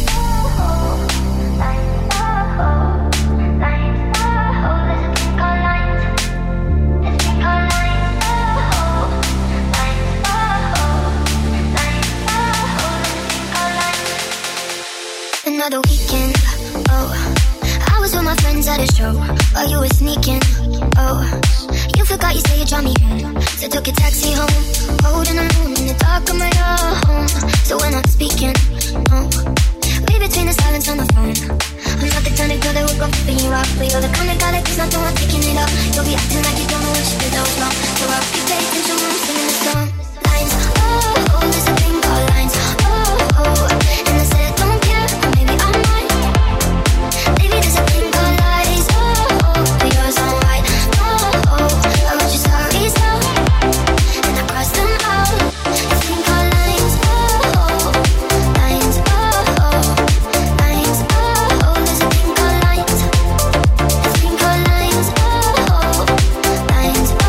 Speaker 10: Another weekend, I was with my friends at a show while you were sneaking, you forgot you said you'd drive me home, so took a taxi home, holding the moon in the dark of my home, so when I'm speaking, read between the silence on the phone, I'm not the kind of girl that would go flipping you off, but you're the kind of guy that keeps not the one taking it up, you'll be acting like you don't know what you did that was wrong, so I hope you pay attention when I'm singing the song, lines, there's a thing called lines, and I said I don't care, or maybe I might, maybe there's a thing called lies, but yours aren't right, I wrote your stories out, and I crossed them out, a thing called lines, lines, lines, there's a thing called lines, a thing called lines, lines, lines,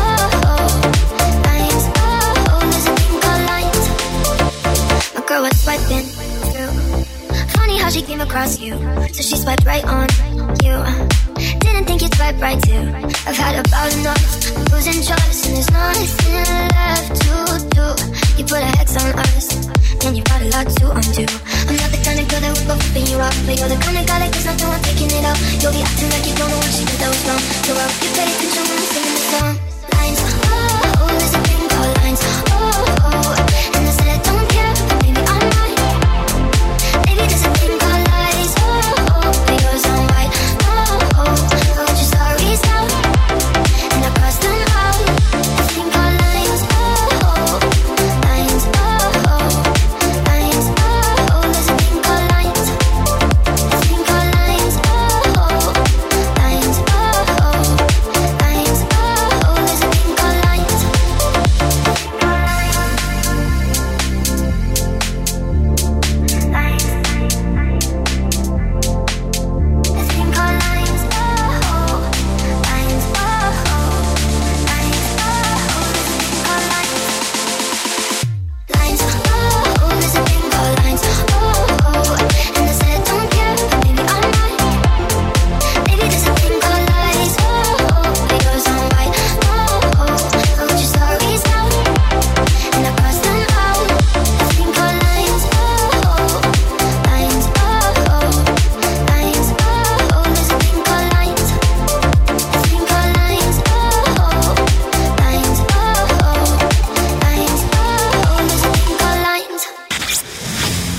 Speaker 10: there's a thing called lines. My girl was swiping through. Funny how she came across you, so she swiped right on you. Didn't think you'd swipe right too. I've had about enough losing trust, and there's nothing left to do. You put a hex on us, and you got a lot to undo. I'm not the kind of girl that would go flipping you off, but you're the kind of guy that gets nothing while taking it out. You'll be acting like you don't know what she did that was wrong, so I hope you pay attention when I'm singing the song. Lines, there's a thing called lines, and I said I don't care, but maybe I might. Maybe there's a thing called lies, but yours aren't right, I wrote your stories out, and I crossed them out, a thing called lines, lines, lines, there's a thing called lines, a thing called lines, lines, lines, there's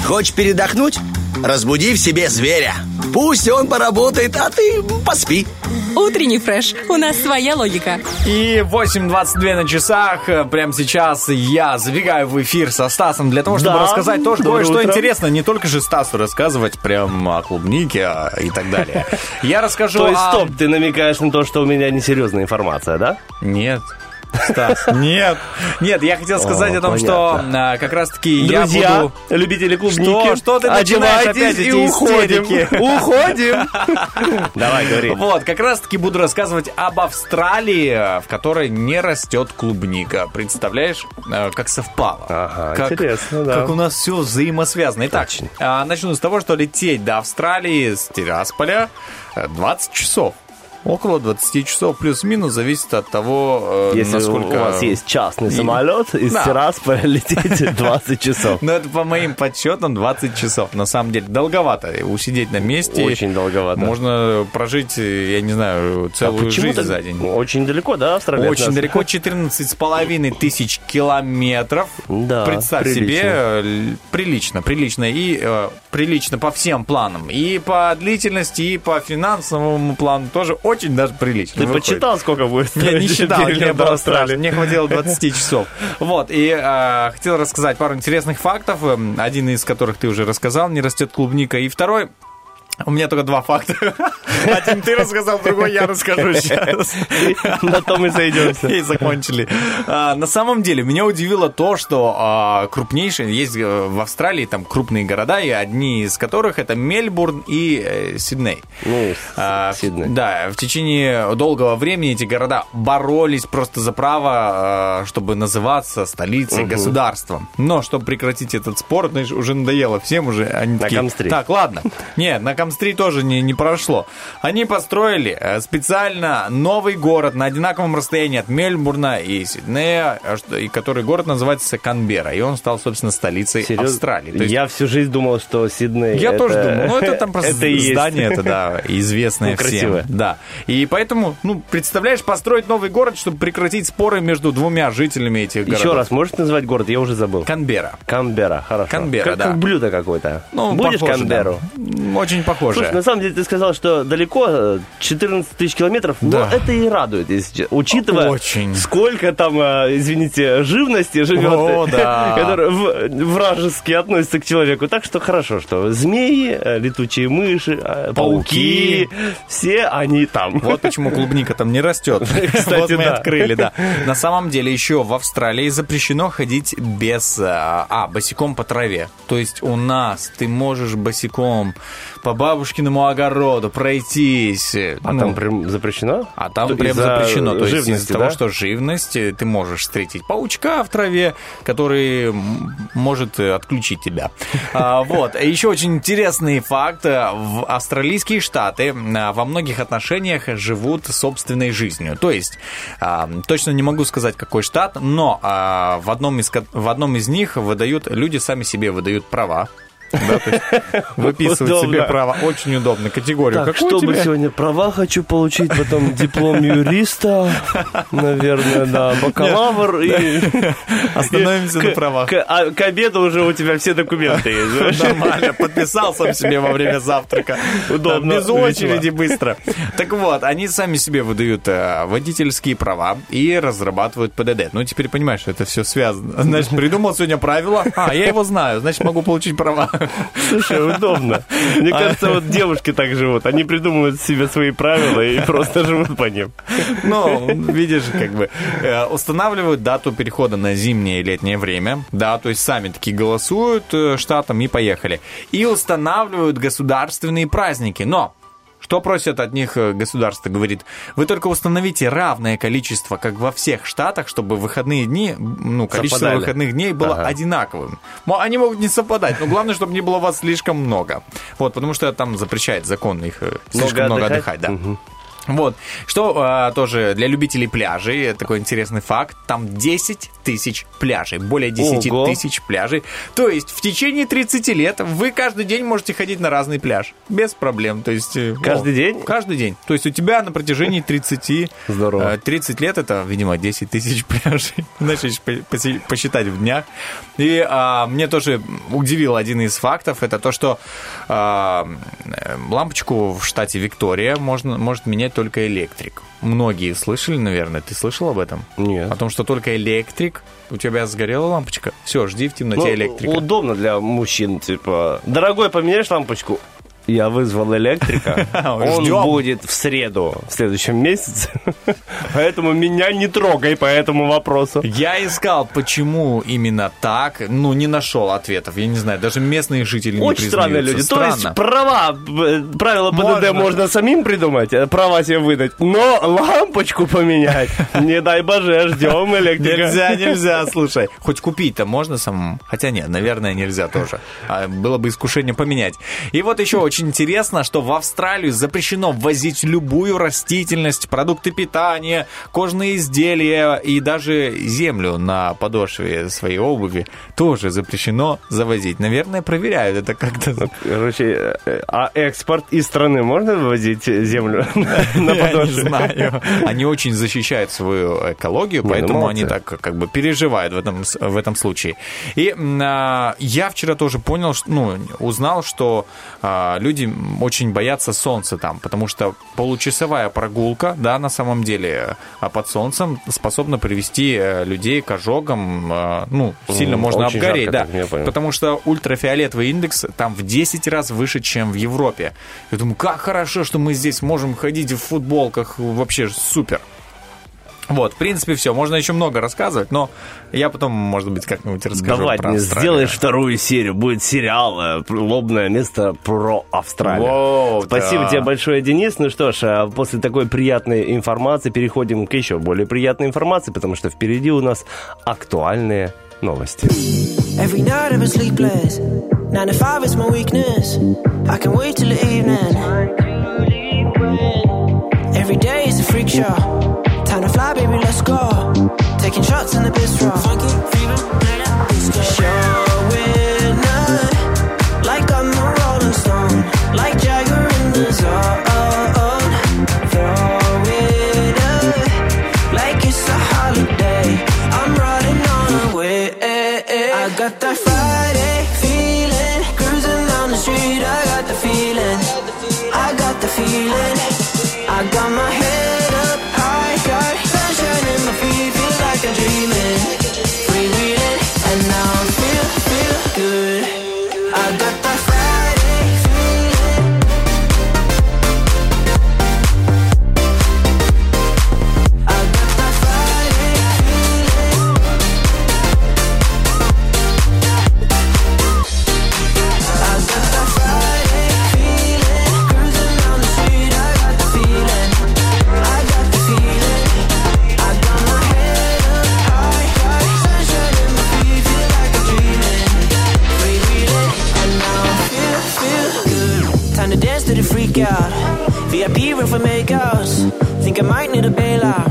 Speaker 6: Хочешь передохнуть? Разбуди в себе зверя. Пусть он поработает, а ты поспи.
Speaker 5: Утренний фреш. У нас своя логика.
Speaker 2: И 8:22 на часах. Прямо сейчас я забегаю в эфир со Стасом для того, чтобы рассказать тоже кое-что интересное. Не только же Стасу рассказывать прям о клубнике и так далее. Я расскажу
Speaker 3: То есть, стоп, ты намекаешь на то, что у меня несерьезная информация, да?
Speaker 2: Нет. Стас, нет, я хотел сказать о том, что как раз-таки
Speaker 3: Друзья,
Speaker 2: я буду...
Speaker 3: любители клубники,
Speaker 2: Что ты начинаешь опять эти истерики?
Speaker 3: Уходим. Давай, говори.
Speaker 2: Вот, как раз-таки буду рассказывать об Австралии, в которой не растет клубника. Представляешь, как совпало?
Speaker 3: Ага, интересно, да.
Speaker 2: Как у нас все взаимосвязано. Итак, начну с того, что лететь до Австралии с Тирасполя 20 часов. Около 20 часов плюс-минус, зависит от того,
Speaker 3: если
Speaker 2: насколько...
Speaker 3: у вас есть частный самолет, из Тирасполя летите 20 часов.
Speaker 2: Ну, это по моим подсчетам 20 часов. На самом деле, долговато усидеть на месте.
Speaker 3: Очень долговато.
Speaker 2: Можно прожить, я не знаю, целую жизнь за день.
Speaker 3: Очень далеко, да, Австралия?
Speaker 2: Очень далеко, 14,5 тысяч километров.
Speaker 3: Да,
Speaker 2: представь себе, прилично. И прилично по всем планам. И по длительности, и по финансовому плану тоже очень даже прилично.
Speaker 3: Ты подсчитал, сколько будет?
Speaker 2: Я не считал, мне было страшно. Мне хватило 20 часов. Вот, и хотел рассказать пару интересных фактов. Один из которых ты уже рассказал, не растет клубника. И второй... У меня только два факта. Один ты рассказал, другой я расскажу сейчас.
Speaker 3: На том и сойдемся.
Speaker 2: И закончили. На самом деле, меня удивило то, что крупнейшие, есть в Австралии там крупные города, и одни из которых это Мельбурн и Сидней.
Speaker 3: Сидней.
Speaker 2: Да, в течение долгого времени эти города боролись просто за право, чтобы называться столицей, государством. Но, чтобы прекратить этот спор, знаешь, уже надоело всем, уже они такие...
Speaker 3: Камстри.
Speaker 2: Так, ладно. Нет, на Камстри тоже не прошло. Они построили специально новый город на одинаковом расстоянии от Мельбурна и Сиднея, и который город называется Канберра. И он стал, собственно, столицей Австралии. То есть...
Speaker 3: Я всю жизнь думал, что Сидней...
Speaker 2: Я тоже думал. Ну, это там просто здание, это, да, известное всем.
Speaker 3: Красивое.
Speaker 2: Да. И поэтому, представляешь, построить новый город, чтобы прекратить споры между двумя жителями этих городов.
Speaker 3: Еще раз, можешь назвать город? Я уже забыл.
Speaker 2: Канберра.
Speaker 3: Канберра, хорошо.
Speaker 2: Канберра, да.
Speaker 3: Как блюдо какое-то.
Speaker 2: Ну,
Speaker 3: будешь
Speaker 2: похоже,
Speaker 3: Канберру?
Speaker 2: Да. Очень похоже.
Speaker 3: Слушай, на самом деле ты сказал, что далеко, 14 тысяч километров,
Speaker 2: да.
Speaker 3: Но это и радует, учитывая, сколько там, извините, живности живет, которая вражески относится к человеку. Так что хорошо, что змеи, летучие мыши, пауки, все они там.
Speaker 2: Вот почему клубника там не растет.
Speaker 3: Кстати,
Speaker 2: вот мы открыли, да. На самом деле еще в Австралии запрещено ходить босиком по траве. То есть у нас ты можешь босиком по бабушкиному огороду пройтись.
Speaker 3: А там прям запрещено?
Speaker 2: А там прям запрещено. То есть из-за того, что живность, ты можешь встретить паучка в траве, который может отключить тебя. Вот. Еще очень интересный факт. Австралийские штаты во многих отношениях живут собственной жизнью. То есть, точно не могу сказать, какой штат, но в одном из них люди сами себе выдают права. Да, то есть выписывать себе права. Очень удобно. Категорию.
Speaker 3: Так, что бы сегодня? Права хочу получить, потом диплом юриста, наверное, да, бакалавр. И
Speaker 2: остановимся на правах.
Speaker 3: К обеду уже у тебя все документы есть.
Speaker 2: Нормально. Подписал сам себе во время завтрака. Удобно. Без очереди, быстро. Так вот, они сами себе выдают водительские права и разрабатывают ПДД. Ну, теперь понимаешь, что это все связано. Значит, придумал сегодня правило. Я его знаю. Значит, могу получить права.
Speaker 3: Слушай, удобно. Мне кажется, вот девушки так живут. Они придумывают себе свои правила и просто живут по ним.
Speaker 2: Ну, видишь, как бы устанавливают дату перехода на зимнее и летнее время. Да, то есть сами такие голосуют штатом и поехали. И устанавливают государственные праздники. Но что просят от них государство? Говорит, вы только установите равное количество, как во всех штатах, чтобы выходные дни, количество выходных дней было одинаковым. Они могут не совпадать, но главное, чтобы не было вас слишком много. Вот, потому что там запрещает закон их слишком много отдыхать. Да. Угу. Вот, что тоже для любителей пляжей, такой интересный факт, там 10 тысяч пляжей. Более 10
Speaker 3: Ого.
Speaker 2: тысяч пляжей. То есть в течение 30 лет вы каждый день можете ходить на разный пляж. Без проблем. То есть,
Speaker 3: Каждый день?
Speaker 2: Каждый день. То есть у тебя на протяжении 30
Speaker 3: Здорово.
Speaker 2: 30 лет это, видимо, 10 тысяч пляжей. Значит, посчитать в днях. И мне тоже удивил один из фактов. Это то, что лампочку в штате Виктория может менять только электрик. Многие слышали, наверное. Ты слышал об этом?
Speaker 3: Нет.
Speaker 2: О том, что только электрик. У тебя сгорела лампочка. Все, жди в темноте электрика.
Speaker 3: Удобно для мужчин, типа, дорогой, поменяешь лампочку? Я вызвал электрика. Он
Speaker 2: Ждем.
Speaker 3: будет в среду в следующем месяце. Поэтому меня не трогай по этому вопросу.
Speaker 2: Я искал, почему именно так, не нашел ответов. Я не знаю, даже местные жители не
Speaker 3: Очень странные люди.
Speaker 2: признаются.
Speaker 3: То есть правила ПДД можно самим придумать, права себе выдать, но лампочку поменять, не дай боже, ждем электрика.
Speaker 2: Нельзя, слушай. Хоть купить-то можно самому? Хотя нет, наверное, нельзя тоже. Было бы искушение поменять. И вот еще очень интересно, что в Австралию запрещено ввозить любую растительность, продукты питания, кожные изделия и даже землю на подошве своей обуви тоже запрещено завозить. Наверное, проверяют это как-то.
Speaker 3: Короче, а экспорт из страны можно вывозить землю на подошве?
Speaker 2: Я не знаю. Они очень защищают свою экологию, поэтому они так как бы переживают в этом случае. И я вчера тоже понял, узнал, что люди очень боятся солнца там, потому что получасовая прогулка, да, на самом деле, под солнцем способна привести людей к ожогам, сильно можно обгореть,
Speaker 3: жарко,
Speaker 2: да, потому что ультрафиолетовый индекс там в 10 раз выше, чем в Европе. Я думаю, как хорошо, что мы здесь можем ходить в футболках, вообще супер. Вот, в принципе, все. Можно еще много рассказывать, но я потом, может быть, как-нибудь расскажу
Speaker 3: Давай,
Speaker 2: про Австралию.
Speaker 3: сделаешь вторую серию. Будет сериал «Лобное место» про Австралию.
Speaker 2: Воу,
Speaker 3: Спасибо
Speaker 2: да.
Speaker 3: тебе большое, Денис. Ну что ж, после такой приятной информации переходим к еще более приятной информации, потому что впереди у нас актуальные новости.
Speaker 11: Every night I was sleepless. 9 to 5 is my weakness. I can wait till the evening. Every day is a freak show. Time to fly, baby, let's go. Taking shots in the bistro. Funky fever, showing up like I'm a Rolling Stone, like Jagger in the zone. Throw it up like it's a holiday. I'm riding on a wave. I got that Friday feeling, cruising down the street. I got the feeling, I got the feeling. I got my head up high, got sunshine in my feet, feel like I'm dreaming, freewheeling, and now I feel good. I got that Friday feeling. I got that Friday feeling. I got that Friday feeling, cruising down the street. I got the feeling, I got the feeling. I got my head up high, got sunshine in my feet, feel like I'm dreaming, freewheeling, and now I feel good. Time to dance to the freak out. VIP room for makeouts. Think I might need a bailout.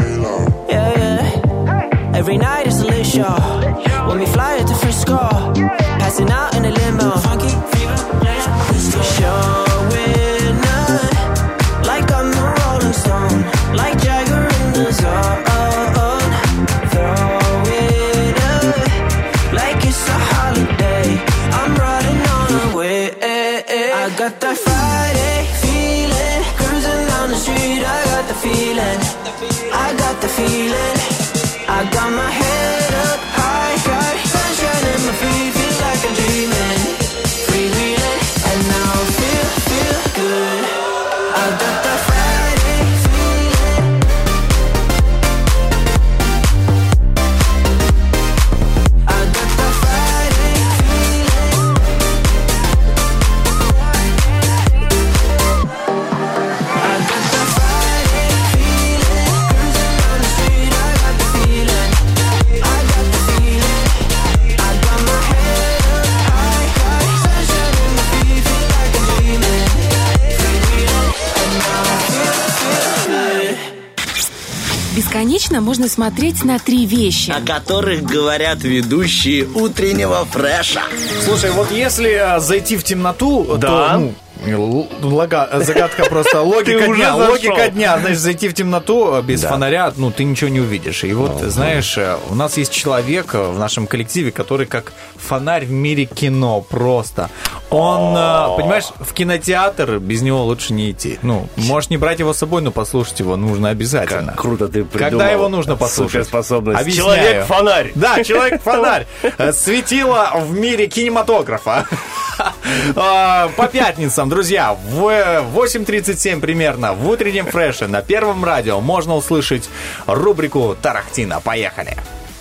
Speaker 11: Yeah. Every night is a late show. When we fly it to Frisco, passing out in a limo. Funky fever, showing up like I'm a Rolling Stone, like Jagger in the zone. Throw it up like it's a holiday. I'm riding on a wave. I got that Friday feeling, cruising down the street. I got the feeling, I got the feeling. I got my head up high, got sunshine in my feet, feel like I'm dreaming, freewheeling, and now I feel good. I got that Friday feeling. I got that Friday feeling.
Speaker 5: бесконечно можно смотреть на 3 вещи.
Speaker 6: О которых говорят ведущие утреннего фреша.
Speaker 2: Слушай, вот если зайти в темноту,
Speaker 3: Да.
Speaker 2: то загадка просто логика
Speaker 3: Ты уже
Speaker 2: дня.
Speaker 3: зашел.
Speaker 2: Логика дня. Значит, зайти в темноту без фонаря, ты ничего не увидишь. И вот, знаешь, у нас есть человек в нашем коллективе, который как фонарь в мире кино просто. Он, понимаешь, в кинотеатр без него лучше не идти. Можешь не брать его с собой, но послушать его нужно обязательно.
Speaker 3: Как круто ты придумал.
Speaker 2: Когда его нужно послушать?
Speaker 3: Суперспособность.
Speaker 2: Объясняю.
Speaker 3: Человек-фонарь.
Speaker 2: Да, человек-фонарь. Светило в мире кинематографа. По пятницам, друзья, в 8:37 примерно в утреннем фреше на Первом радио можно услышать рубрику «Тарахтина». Поехали.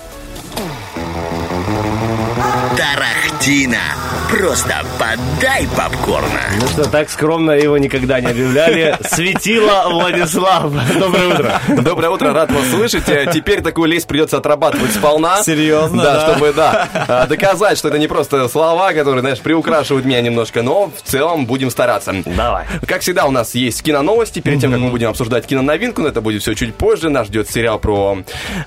Speaker 6: Тарахтина. Просто подай попкорна.
Speaker 3: Ну что, так скромно его никогда не объявляли. Светило Владислав. Доброе утро.
Speaker 12: Доброе утро, рад вас слышать. Теперь такую лесть придется отрабатывать сполна.
Speaker 2: Серьезно,
Speaker 12: да? Чтобы, доказать, что это не просто слова, которые, знаешь, приукрашивают меня немножко, но в целом будем стараться.
Speaker 3: Давай.
Speaker 12: Как всегда, у нас есть киноновости. Перед тем, как мы будем обсуждать киноновинку, но это будет все чуть позже. Нас ждет сериал про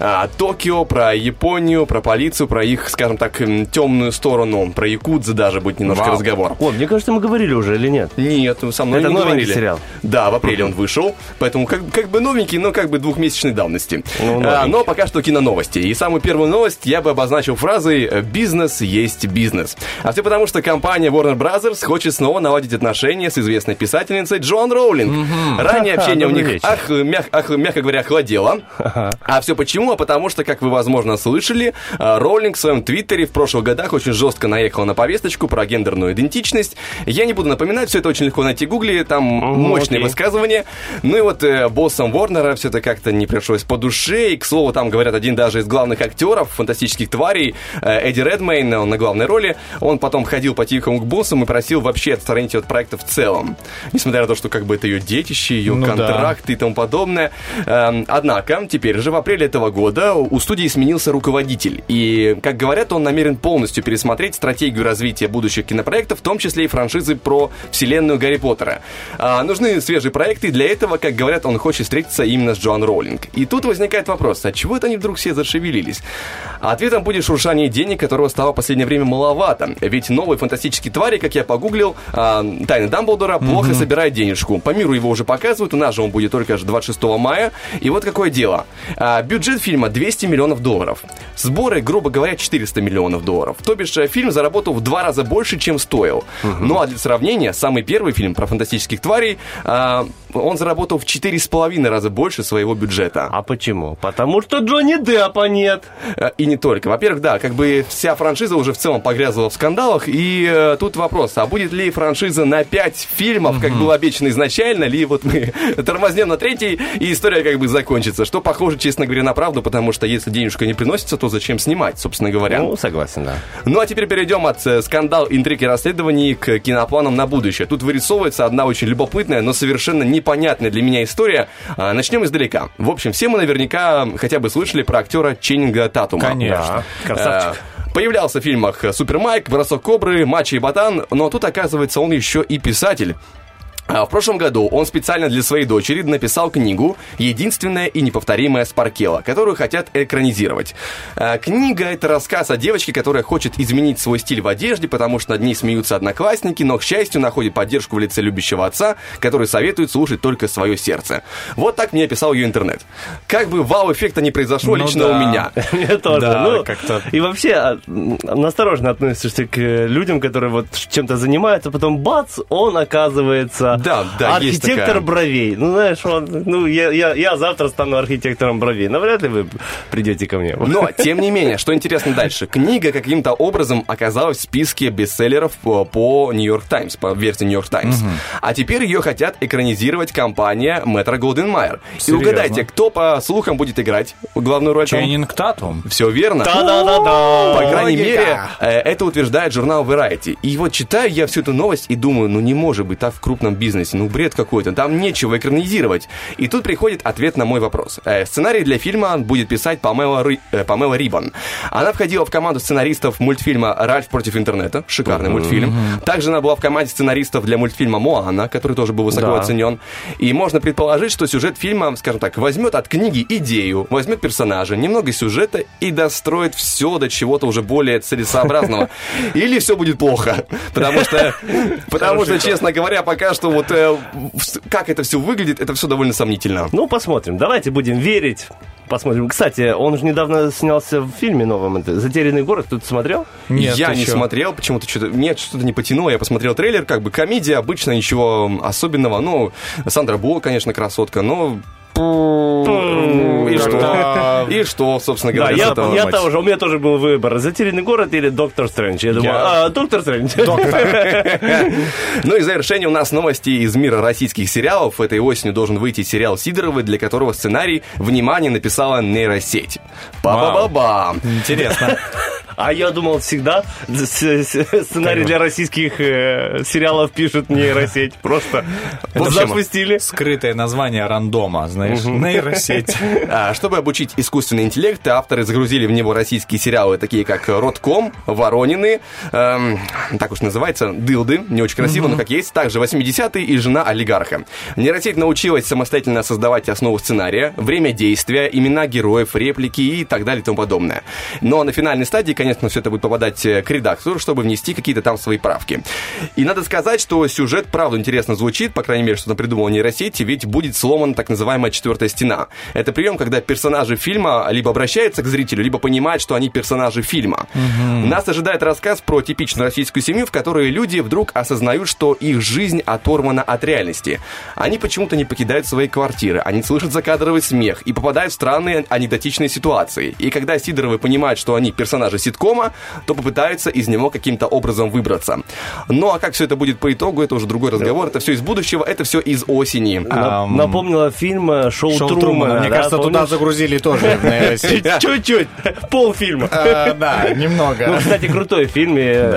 Speaker 12: Токио, про Японию, про полицию, про их, скажем так, темную сторону, про якудзы даже будет немножко разговор.
Speaker 3: О, мне кажется, мы говорили уже или нет?
Speaker 12: Нет, со мной
Speaker 3: это
Speaker 12: не
Speaker 3: новенький
Speaker 12: говорили.
Speaker 3: сериал?
Speaker 12: Да, в апреле он вышел, поэтому как бы новенький, но как бы 2-месячной давности.
Speaker 3: Новенький.
Speaker 12: Но пока что киноновости. И самую первую новость я бы обозначил фразой «бизнес есть бизнес». А все потому, что компания Warner Brothers хочет снова наладить отношения с известной писательницей Джоан Роулинг. Ранее общение у них, мягко говоря, охладело. А все почему? А потому что, как вы, возможно, слышали, Роулинг в своем твиттере в прошлых годах очень жестко наехала на повесточку про гендерную идентичность. Я не буду напоминать, все это очень легко найти в гугле, там мощные высказывания. Ну и вот боссом Ворнера все это как-то не пришлось по душе. И, к слову, там говорят, один даже из главных актеров «Фантастических тварей», Эдди Редмейн, он на главной роли, он потом ходил по-тихому к боссам и просил вообще отстранить ее от проекта в целом. Несмотря на то, что как бы это ее детище, ее контракты и тому подобное. Однако, теперь же в апреле этого года у студии сменился руководитель. И, как говорят, он намерен полностью пересмотреть стратегию развития будущих кинопроектов, в том числе и франшизы про вселенную Гарри Поттера. Нужны свежие проекты, и для этого, как говорят, он хочет встретиться именно с Джоан Роулинг. И тут возникает вопрос, а чего это они вдруг все зашевелились? Ответом будет шуршание денег, которого стало в последнее время маловато. Ведь новые фантастические твари, как я погуглил, «Тайны Дамблдора» плохо собирает денежку. По миру его уже показывают, у нас же он будет только аж 26 мая. И вот какое дело. Бюджет фильма $200 миллионов. Сборы, грубо говоря, $400 миллионов. То бишь, фильм заработал в 2 раза больше, чем стоил. Ну а для сравнения, самый первый фильм про фантастических тварей, он заработал в 4,5 раза больше своего бюджета.
Speaker 3: А почему? Потому что Джонни Деппа нет.
Speaker 12: И не только. Во-первых, да, как бы вся франшиза уже в целом погрязла в скандалах, и тут вопрос, а будет ли франшиза на 5 фильмов, как было обещано изначально, или вот мы тормознем на 3-й, и история как бы закончится, что похоже, честно говоря, на правду, потому что если денежка не приносится, то зачем снимать, собственно говоря.
Speaker 3: Ну, согласен, да.
Speaker 12: Ну, а теперь перейдем от скандал, интриг и расследований к кинопланам на будущее. Тут вырисовывается одна очень любопытная, но совершенно непонятная для меня история. Начнем издалека. В общем, все мы наверняка хотя бы слышали про актера Ченнинга Татума.
Speaker 2: Конечно.
Speaker 3: Да, красавчик.
Speaker 12: Появлялся в фильмах «Супер Майк», «Бросок кобры», «Мачо и ботан», но тут, оказывается, он еще и писатель. В прошлом году он специально для своей дочери написал книгу «Единственная и неповторимая Спаркелла», которую хотят экранизировать. Книга — это рассказ о девочке, которая хочет изменить свой стиль в одежде, потому что над ней смеются одноклассники, но, к счастью, находит поддержку в лице любящего отца, который советует слушать только свое сердце. Вот так мне описал ее интернет. Как бы вау-эффекта не произошло лично у меня.
Speaker 3: Мне тоже.
Speaker 2: Да, как-то.
Speaker 3: И вообще, настороженно относишься к людям, которые вот чем-то занимаются, потом бац, он оказывается...
Speaker 12: Да,
Speaker 3: архитектор бровей. Ну, знаешь, я завтра стану архитектором бровей. Навряд ли вы придете ко мне.
Speaker 12: Но, тем не менее, что интересно дальше. Книга каким-то образом оказалась в списке бестселлеров по Нью-Йорк Таймс, по версии Нью-Йорк Таймс. А теперь ее хотят экранизировать компания Метро-Голдвин-Майер. И угадайте, кто, по слухам, будет играть главную роль?
Speaker 2: Ченнинг Татум.
Speaker 12: Все верно.
Speaker 3: Да-да-да-да.
Speaker 12: По крайней мере, это утверждает журнал Variety. И вот читаю я всю эту новость и думаю, ну не может быть так в крупном бизнесе. Ну, бред какой-то, там нечего экранизировать. И тут приходит ответ на мой вопрос. Сценарий для фильма будет писать Памела Риббон. Она входила в команду сценаристов мультфильма «Ральф против интернета». Шикарный мультфильм. Также она была в команде сценаристов для мультфильма «Моана», который тоже был высоко оценен. И можно предположить, что сюжет фильма, скажем так, возьмет от книги идею, возьмет персонажа, немного сюжета и достроит все до чего-то уже более целесообразного. Или все будет плохо. Потому что, честно говоря, пока что вот как это все выглядит, это все довольно сомнительно.
Speaker 3: Ну, посмотрим. Давайте будем верить. Посмотрим. Кстати, он же недавно снялся в фильме новом. Это «Затерянный город». Кто-то смотрел?
Speaker 12: Нет, я не смотрел. Почему-то что-то не потянуло. Я посмотрел трейлер. Как бы комедия, обычно ничего особенного. Ну, Сандра Буллок, конечно, красотка, но... И что, собственно говоря,
Speaker 3: я тоже, у меня тоже был выбор: «Затерянный город» или «Доктор Стрэндж». Я думаю, «Доктор Стрэндж».
Speaker 12: Ну и в завершение у нас новости из мира российских сериалов. Этой осенью должен выйти сериал Сидоровой, для которого сценарий, внимание, написала нейросеть. Ба-ба-ба-ба.
Speaker 2: Интересно.
Speaker 3: А я думал, всегда сценарий для российских сериалов пишет нейросеть. Просто запустили.
Speaker 2: Скрытое название рандома, знаешь, нейросеть.
Speaker 12: Чтобы обучить искусственный интеллект, авторы загрузили в него российские сериалы, такие как «Родком», «Воронины», так уж называется, «Дылды», не очень красиво, но как есть, также «80-е» и «Жена олигарха». Нейросеть научилась самостоятельно создавать основу сценария, время действия, имена героев, реплики и так далее и тому подобное. Но на финальной стадии, конечно, все это будет попадать к редактору, чтобы внести какие-то там свои правки. И надо сказать, что сюжет, правда, интересно звучит, по крайней мере, что-то придумала нейросеть, ведь будет сломана так называемая четвертая стена. Это прием, когда персонажи фильма либо обращаются к зрителю, либо понимают, что они персонажи фильма. Нас ожидает рассказ про типичную российскую семью, в которой люди вдруг осознают, что их жизнь оторвана от реальности. Они почему-то не покидают свои квартиры, они слышат закадровый смех и попадают в странные анекдотичные ситуации. И когда Сидоровы понимают, что они персонажи ситкома, то попытаются из него каким-то образом выбраться. Ну а как все это будет по итогу, это уже другой разговор. Это все из будущего, это все из осени.
Speaker 3: Напомнила фильм «Шоу Трумана».
Speaker 2: Мне кажется, туда загрузили тоже
Speaker 3: чуть-чуть, полфильма.
Speaker 2: Да, немного.
Speaker 3: Ну, кстати, крутой фильм.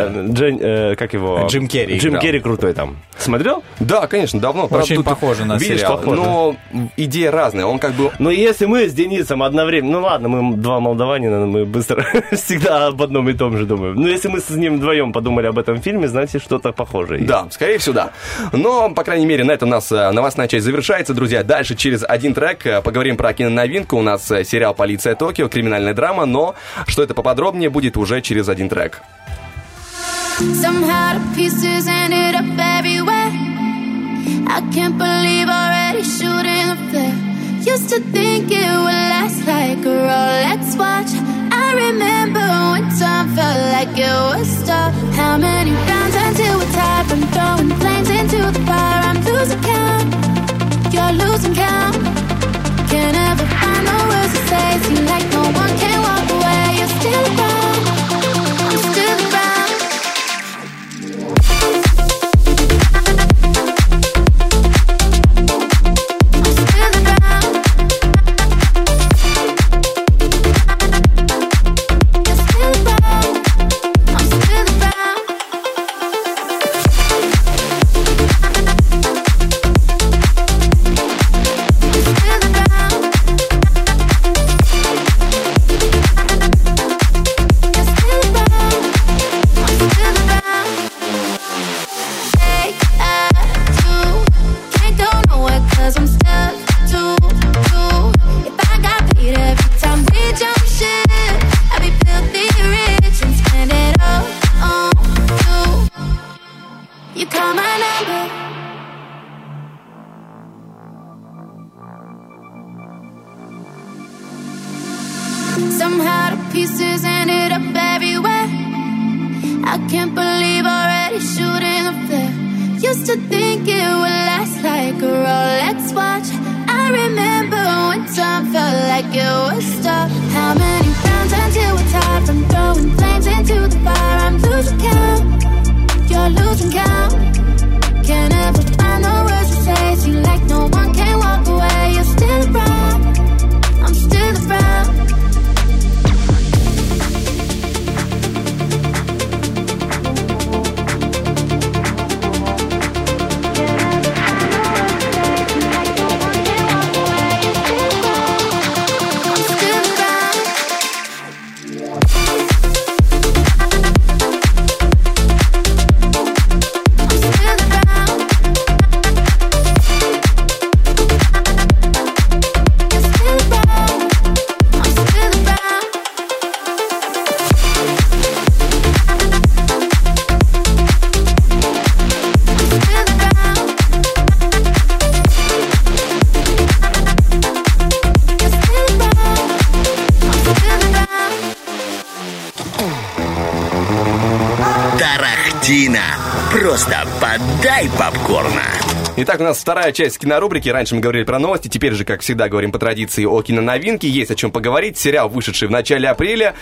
Speaker 3: Как его?
Speaker 2: Джим Керри.
Speaker 3: Джим Керри крутой там. Смотрел?
Speaker 12: Да, конечно, давно.
Speaker 2: Очень похоже на сериал.
Speaker 12: Но идея разная. Он как бы...
Speaker 3: Но если мы с Денисом одновременно... Ну ладно, мы два молдаванина, мы быстро всегда об одном и том же думаем. Но если мы с ним вдвоем подумали об этом фильме, значит, что-то похожее есть.
Speaker 12: Да, скорее всего, да. Но, по крайней мере, на этом у нас новостная часть завершается, друзья. Дальше через один трек поговорим про киноновинку. У нас сериал «Полиция Токио», криминальная драма, но что это поподробнее будет уже через один трек.
Speaker 10: Somehow the pieces ended up everywhere. I can't believe already shooting the flare. Used to think it would last like a Rolex watch. I remember when time felt like it was stop. How many rounds until we're tired from throwing flames into the fire? I'm losing count, you're losing count. Can't ever find no words to say. Seem like no one can walk away. You're still around, I'm still around. Somehow the pieces ended up everywhere. I can't believe already shooting the flare. Used to think it would last like a Rolex watch. I remember when time felt like it was stop. How many rounds until we're tired from throwing flames into the fire? I'm losing count, you're losing count. Can't ever find no words to say. Seem like no one can walk away. You're still around, I'm still around.
Speaker 6: просто подай попкорна.
Speaker 12: Итак, у нас вторая часть кинорубрики. Раньше мы говорили про новости, теперь же, как всегда, говорим по традиции о киноновинке. Есть о чем поговорить. Сериал, вышедший в начале апреля.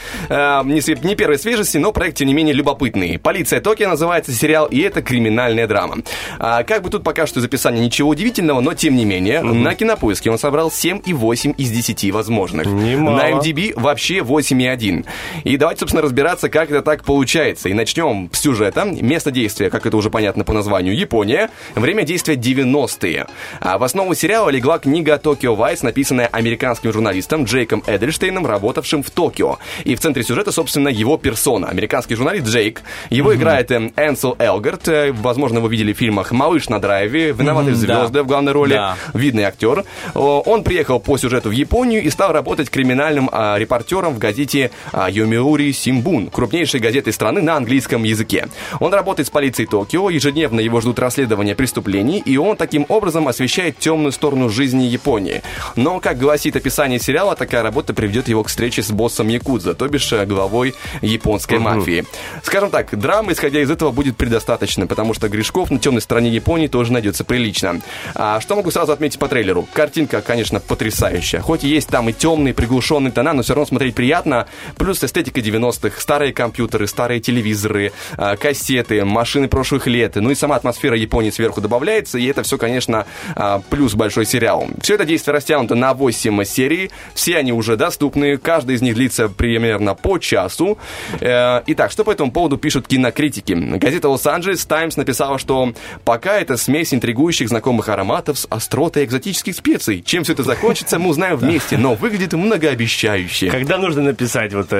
Speaker 12: Не первой свежести, но проект, тем не менее, любопытный. «Полиция Токио» называется сериал, и это криминальная драма. Как бы тут пока что из описания ничего удивительного, но, тем не менее, на Кинопоиске он собрал 7,8 из 10 возможных.
Speaker 3: Немало.
Speaker 12: На MDB вообще 8,1. И давайте, собственно, разбираться, как это так получается. И начнем с сюжета. Место действия, как это уже понятно по названию, Япония. Время действия 90-е. В основу сериала легла книга «Токио Вайс», написанная американским журналистом Джейком Эдельштейном, работавшим в Токио. И в центре сюжета, собственно, его персона. Американский журналист Джейк. Его играет Энсел Элгарт. Возможно, вы видели в фильмах «Малыш на драйве», «Виноватые звезды» в главной роли. Видный актер. Он приехал по сюжету в Японию и стал работать криминальным репортером в газете «Йомиури Симбун», крупнейшей газеты страны на английском языке. Он работает с полицией Токио, ежедневно его ждут расследования преступлений, и он таким образом освещает темную сторону жизни Японии. Но, как гласит описание сериала, такая работа приведет его к встрече с боссом Якудза, то бишь главой японской мафии. Скажем так, драмы, исходя из этого, будет предостаточно, потому что грешков на темной стороне Японии тоже найдется прилично. Что могу сразу отметить по трейлеру? Картинка, конечно, потрясающая. Хоть и есть там и темные, приглушенные тона, но все равно смотреть приятно. Плюс эстетика 90-х, старые компьютеры, старые телевизоры, кассеты, машины прошлых лет. Ну и сама атмосфера Японии сверху добавляется, и это все, конечно, плюс большой сериал. Все это действие растянуто на 8 серий. Все они уже доступны. Каждый из них длится примерно по часу. Итак, что по этому поводу пишут кинокритики? Газета «Лос-Анджелес Таймс» написала, что пока это смесь интригующих знакомых ароматов с остротой экзотических специй. Чем все это закончится, мы узнаем вместе, но выглядит многообещающе.
Speaker 3: Когда нужно написать вот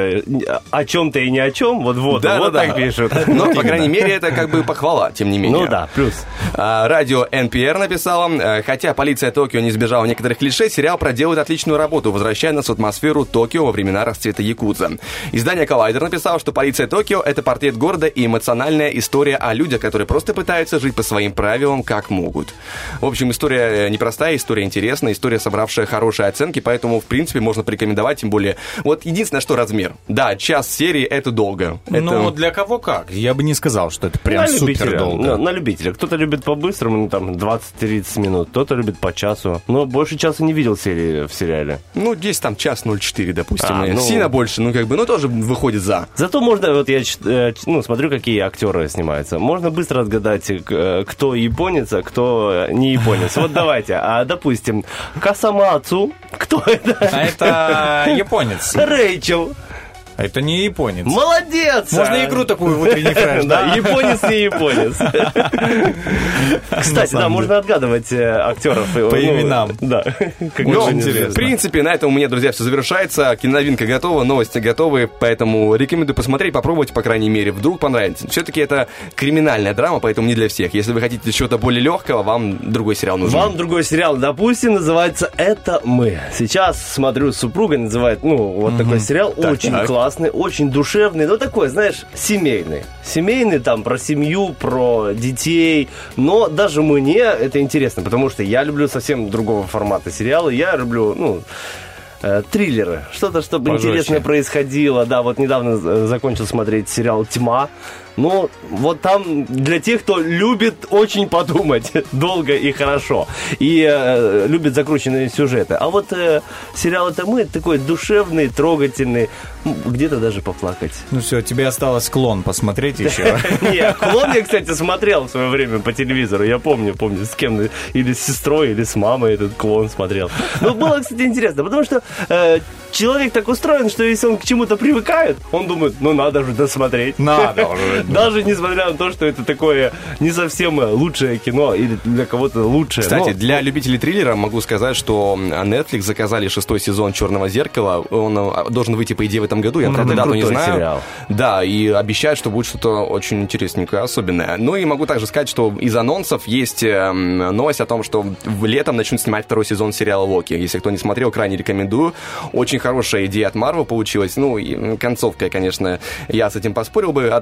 Speaker 3: о чем-то и ни о чем, вот так пишут.
Speaker 12: Но, по крайней мере, это как бы похвала, тем не менее.
Speaker 3: Ну да, плюс.
Speaker 12: Радио NPR написала, хотя полиция Токио не избежала некоторых клише, сериал проделывает отличную работу, возвращая нас в атмосферу Токио во времена расцвета якудза. Издание Collider написало, что полиция Токио — это портрет города и эмоциональная история о людях, которые просто пытаются жить по своим правилам, как могут. В общем, история непростая, история интересная, история, собравшая хорошие оценки, поэтому, в принципе, можно порекомендовать, тем более... Вот единственное, что размер. Да, час серии — это долго.
Speaker 2: Ну, для кого как. Я бы не сказал, что это прям супер долго.
Speaker 3: На любителя. Кто-то любит по-быстрому, там, 20-30 минут, кто-то любит по часу. Но больше часа не видел серии в сериале.
Speaker 12: Ну, здесь там 1:04, допустим. Сильно больше, тоже выходит за.
Speaker 3: Зато можно, вот я смотрю, какие актеры снимаются. Можно быстро отгадать, кто японец, а кто не японец. Вот давайте. Допустим, Касамацу. Кто это?
Speaker 2: А это японец.
Speaker 3: Рэйчел.
Speaker 2: А это не японец.
Speaker 3: Молодец!
Speaker 2: Можно игру такую в утренний фреш, да?
Speaker 3: Японец, не японец. Кстати, да, можно отгадывать актеров.
Speaker 2: По именам.
Speaker 3: Да.
Speaker 12: Интересно. В принципе, на этом у меня, друзья, все завершается. Киноновинка готова, новости готовы, поэтому рекомендую посмотреть, попробовать, по крайней мере, вдруг понравится. Все-таки это криминальная драма, поэтому не для всех. Если вы хотите чего-то более легкого, вам другой сериал нужен.
Speaker 3: Вам другой сериал, допустим, называется «Это мы». Сейчас смотрю с супругой, называет, такой сериал, очень классный. Очень душевный, но такой, знаешь, семейный. Семейный, там, про семью, про детей. Но даже мне это интересно, потому что я люблю совсем другого формата сериалы. Я люблю, триллеры. Что-то, чтобы интересное происходило. Да, вот недавно закончил смотреть сериал «Тьма». Ну, вот там для тех, кто любит очень подумать долго и хорошо, и любит закрученные сюжеты. А вот сериал «Это мы» такой душевный, трогательный, где-то даже поплакать.
Speaker 2: Ну все, тебе осталось «Клон» посмотреть еще.
Speaker 3: Нет, «Клон» я, кстати, смотрел в свое время по телевизору. Я помню, с кем, или с сестрой, или с мамой этот «Клон» смотрел. Но было, кстати, интересно, потому что человек так устроен, что если он к чему-то привыкает, он думает, надо же досмотреть.
Speaker 2: Надо уже.
Speaker 3: Даже несмотря на то, что это такое не совсем лучшее кино или для кого-то лучшее.
Speaker 12: Кстати, для любителей триллера могу сказать, что Netflix заказали 6-й сезон «Черного зеркала». Он должен выйти, по идее, в этом году. Я, правда, дату не знаю. Сериал. Да, и обещают, что будет что-то очень интересненькое, особенное. Ну и могу также сказать, что из анонсов есть новость о том, что летом начнут снимать 2-й сезон сериала «Локи». Если кто не смотрел, крайне рекомендую. Очень хорошая идея от Marvel получилась. Ну, и концовка, конечно, я с этим поспорил бы о том, что это хорошо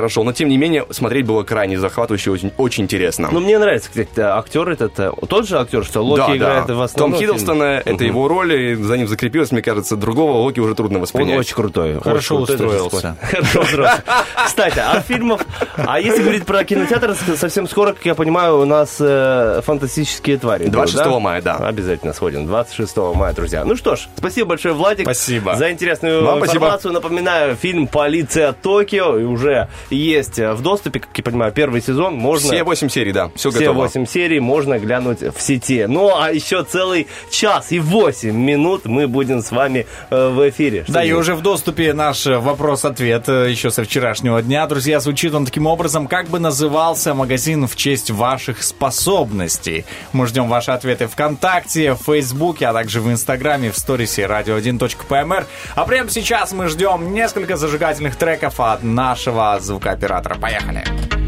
Speaker 12: хорошо, но тем не менее смотреть было крайне захватывающе, очень, очень интересно.
Speaker 3: Ну, мне нравится, кстати, актер этот, тот же актер, что Локи играет в основном.
Speaker 12: Том Хиддлстон, это его роль, и за ним закрепилось, мне кажется, другого Локи уже трудно воспринять.
Speaker 3: Он очень крутой.
Speaker 2: Хорошо устроился.
Speaker 3: Хорошо устроился. Кстати, а если говорить про кинотеатр, совсем скоро, как я понимаю, у нас фантастические твари.
Speaker 12: 26 мая, да.
Speaker 3: Обязательно сходим. 26 мая, друзья. Ну что ж, спасибо большое, Владик.
Speaker 2: Спасибо.
Speaker 3: За интересную
Speaker 12: Вам
Speaker 3: информацию.
Speaker 12: спасибо.
Speaker 3: Напоминаю, фильм «Полиция Токио» уже есть в доступе, как я понимаю, первый сезон. Можно...
Speaker 12: Все 8 серий, да, все готово.
Speaker 3: Все 8 серий можно глянуть в сети. Ну, а еще целый час и 8 минут мы будем с вами в эфире.
Speaker 2: Да, и уже в доступе наш вопрос-ответ еще со вчерашнего дня. Друзья, звучит он таким образом: как бы назывался магазин в честь ваших способностей? Мы ждем ваши ответы ВКонтакте, в Фейсбуке, а также в Инстаграме, в сторисе radio1.pmr. А прямо сейчас мы ждем несколько зажигательных треков от нашего звукооператора. Поехали!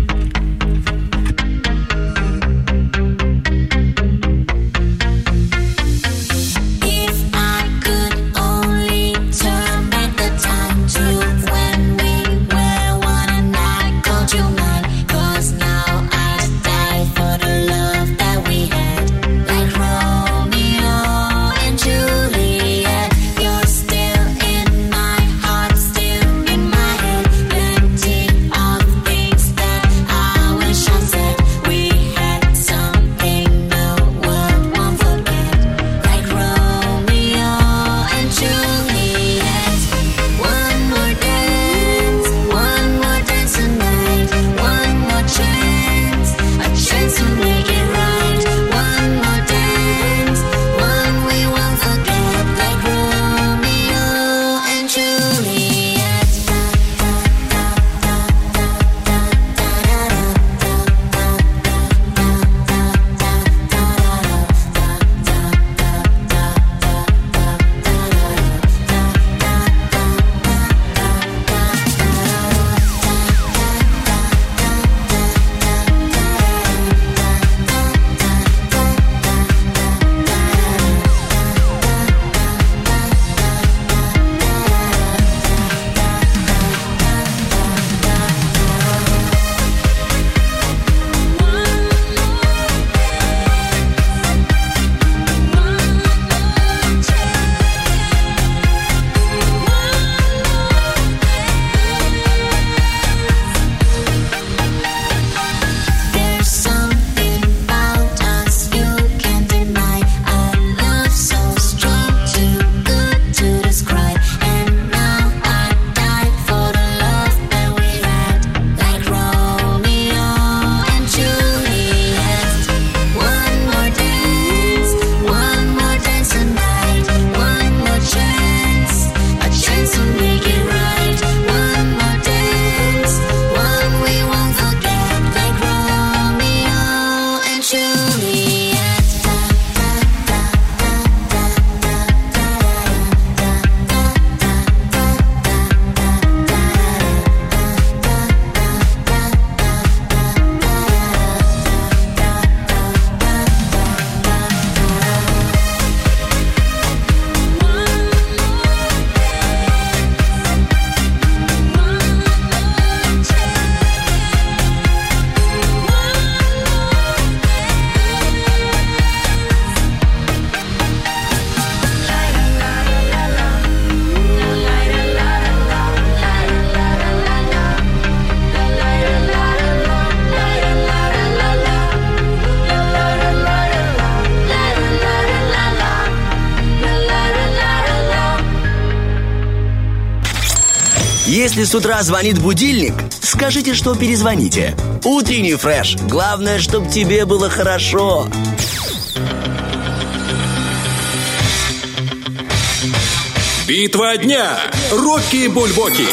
Speaker 6: Если с утра звонит будильник, скажите, что перезвоните. Утренний фреш. Главное, чтобы тебе было хорошо.
Speaker 9: Битва дня. Рокки Бульбоки.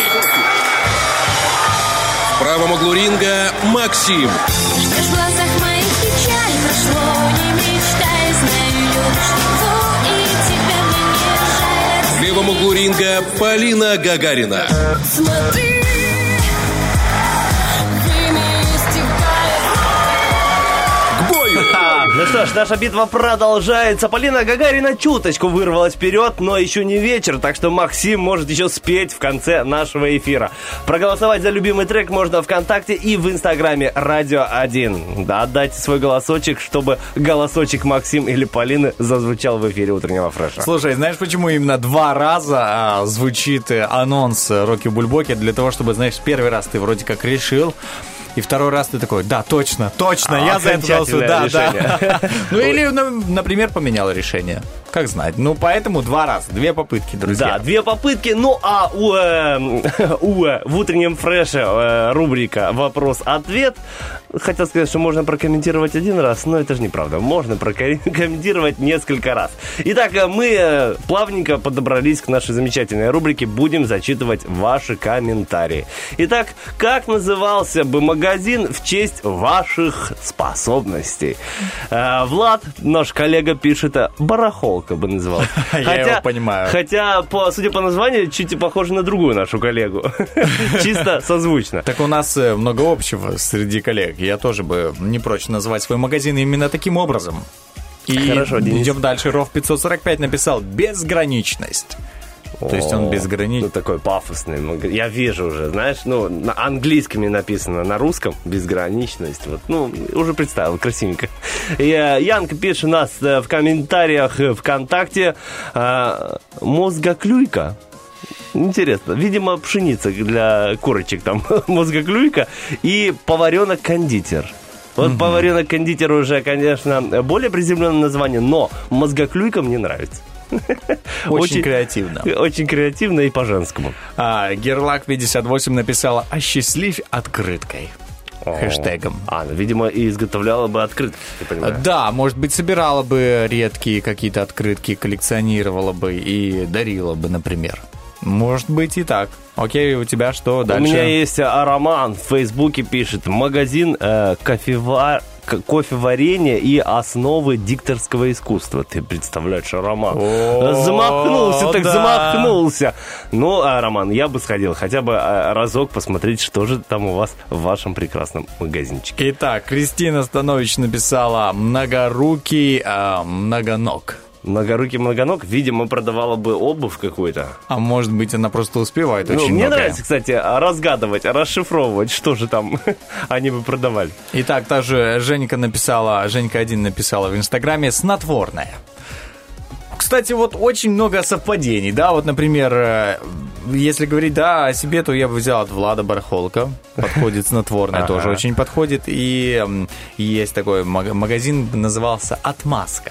Speaker 9: В правом углу ринга Максим.
Speaker 4: Что ж в глазах моих печаль прошло, не мечтай, знаю, любишь его, и тебя мне не жаль.
Speaker 9: В левом углу ринга Полина Гагарина.
Speaker 4: Смотри,
Speaker 9: К бою.
Speaker 3: Ну что ж, наша битва продолжается. Полина Гагарина чуточку вырвалась вперед, но еще не вечер, так что Максим может еще спеть в конце нашего эфира. Проголосовать за любимый трек можно ВКонтакте и в Инстаграме Радио 1. Да, отдайте свой голосочек, чтобы голосочек Максим или Полины зазвучал в эфире утреннего фреша.
Speaker 2: Слушай, знаешь, почему именно 2 раза звучит анонс Рокки Бульбоки? Для того, чтобы, знаешь, первый раз ты вроде как решил, и второй раз ты такой, да, точно, я за это голосую, да. Ну или, например, поменял решение. Как знать. Ну, поэтому 2 раза, 2 попытки, друзья.
Speaker 3: Да, 2 попытки. Ну, а в утреннем фреше рубрика «Вопрос-ответ». Хотел сказать, что можно прокомментировать 1 раз, но это же неправда. Можно прокомментировать несколько раз. Итак, мы плавненько подобрались к нашей замечательной рубрике. Будем зачитывать ваши комментарии. Итак, как назывался бы магазин в честь ваших способностей? Влад, наш коллега, пишет, барахолка бы называл.
Speaker 2: Я его понимаю.
Speaker 3: Хотя, судя по названию, чуть и похоже на другую нашу коллегу. Чисто созвучно.
Speaker 2: Так у нас много общего среди коллег. Я тоже бы не прочь назвать свой магазин именно таким образом. И
Speaker 3: хорошо,
Speaker 2: идем дальше. Ров 545 написал «безграничность». То есть он безграничный.
Speaker 3: Ну, такой пафосный. Я вижу уже, знаешь, ну, на английском написано, на русском безграничность. Вот, ну, уже представил, красивенько. И Янка пишет у нас в комментариях ВКонтакте мозгоклюйка. Интересно. Видимо, пшеница для курочек там мозгоклюйка и поваренок-кондитер. Вот поваренок-кондитер уже, конечно, более приземленное название, но мозгоклюйка мне нравится.
Speaker 2: Очень креативно.
Speaker 3: Очень креативно и по-женскому.
Speaker 2: Герлак 58 написала «осчастливь открыткой». Хэштегом.
Speaker 3: Видимо, и изготовляла бы открытки, ты понимаешь?
Speaker 2: Да, может быть, собирала бы редкие какие-то открытки, коллекционировала бы и дарила бы, например. Может быть и так. Окей, у тебя что дальше?
Speaker 3: У меня есть Роман в Фейсбуке пишет. Магазин кофеварения и основы дикторского искусства. Ты представляешь, Роман? Замахнулся. Ну, Роман, я бы сходил хотя бы разок посмотреть, что же там у вас в вашем прекрасном магазинчике.
Speaker 2: Итак, Кристина Станович написала «многорукий многоног».
Speaker 3: Многорукий многоног, видимо, продавала бы обувь какую-то.
Speaker 2: А может быть, она просто успевает очень
Speaker 3: мне
Speaker 2: многое.
Speaker 3: нравится, кстати, разгадывать, расшифровывать, что же там они бы продавали.
Speaker 2: Итак, также Женька 1 написала в Инстаграме «снотворное». Кстати, вот очень много совпадений, да, вот, например, если говорить, да, о себе, то я бы взял от Влада барахолка, подходит, снотворное тоже очень подходит, и есть такой магазин, назывался «Отмазка».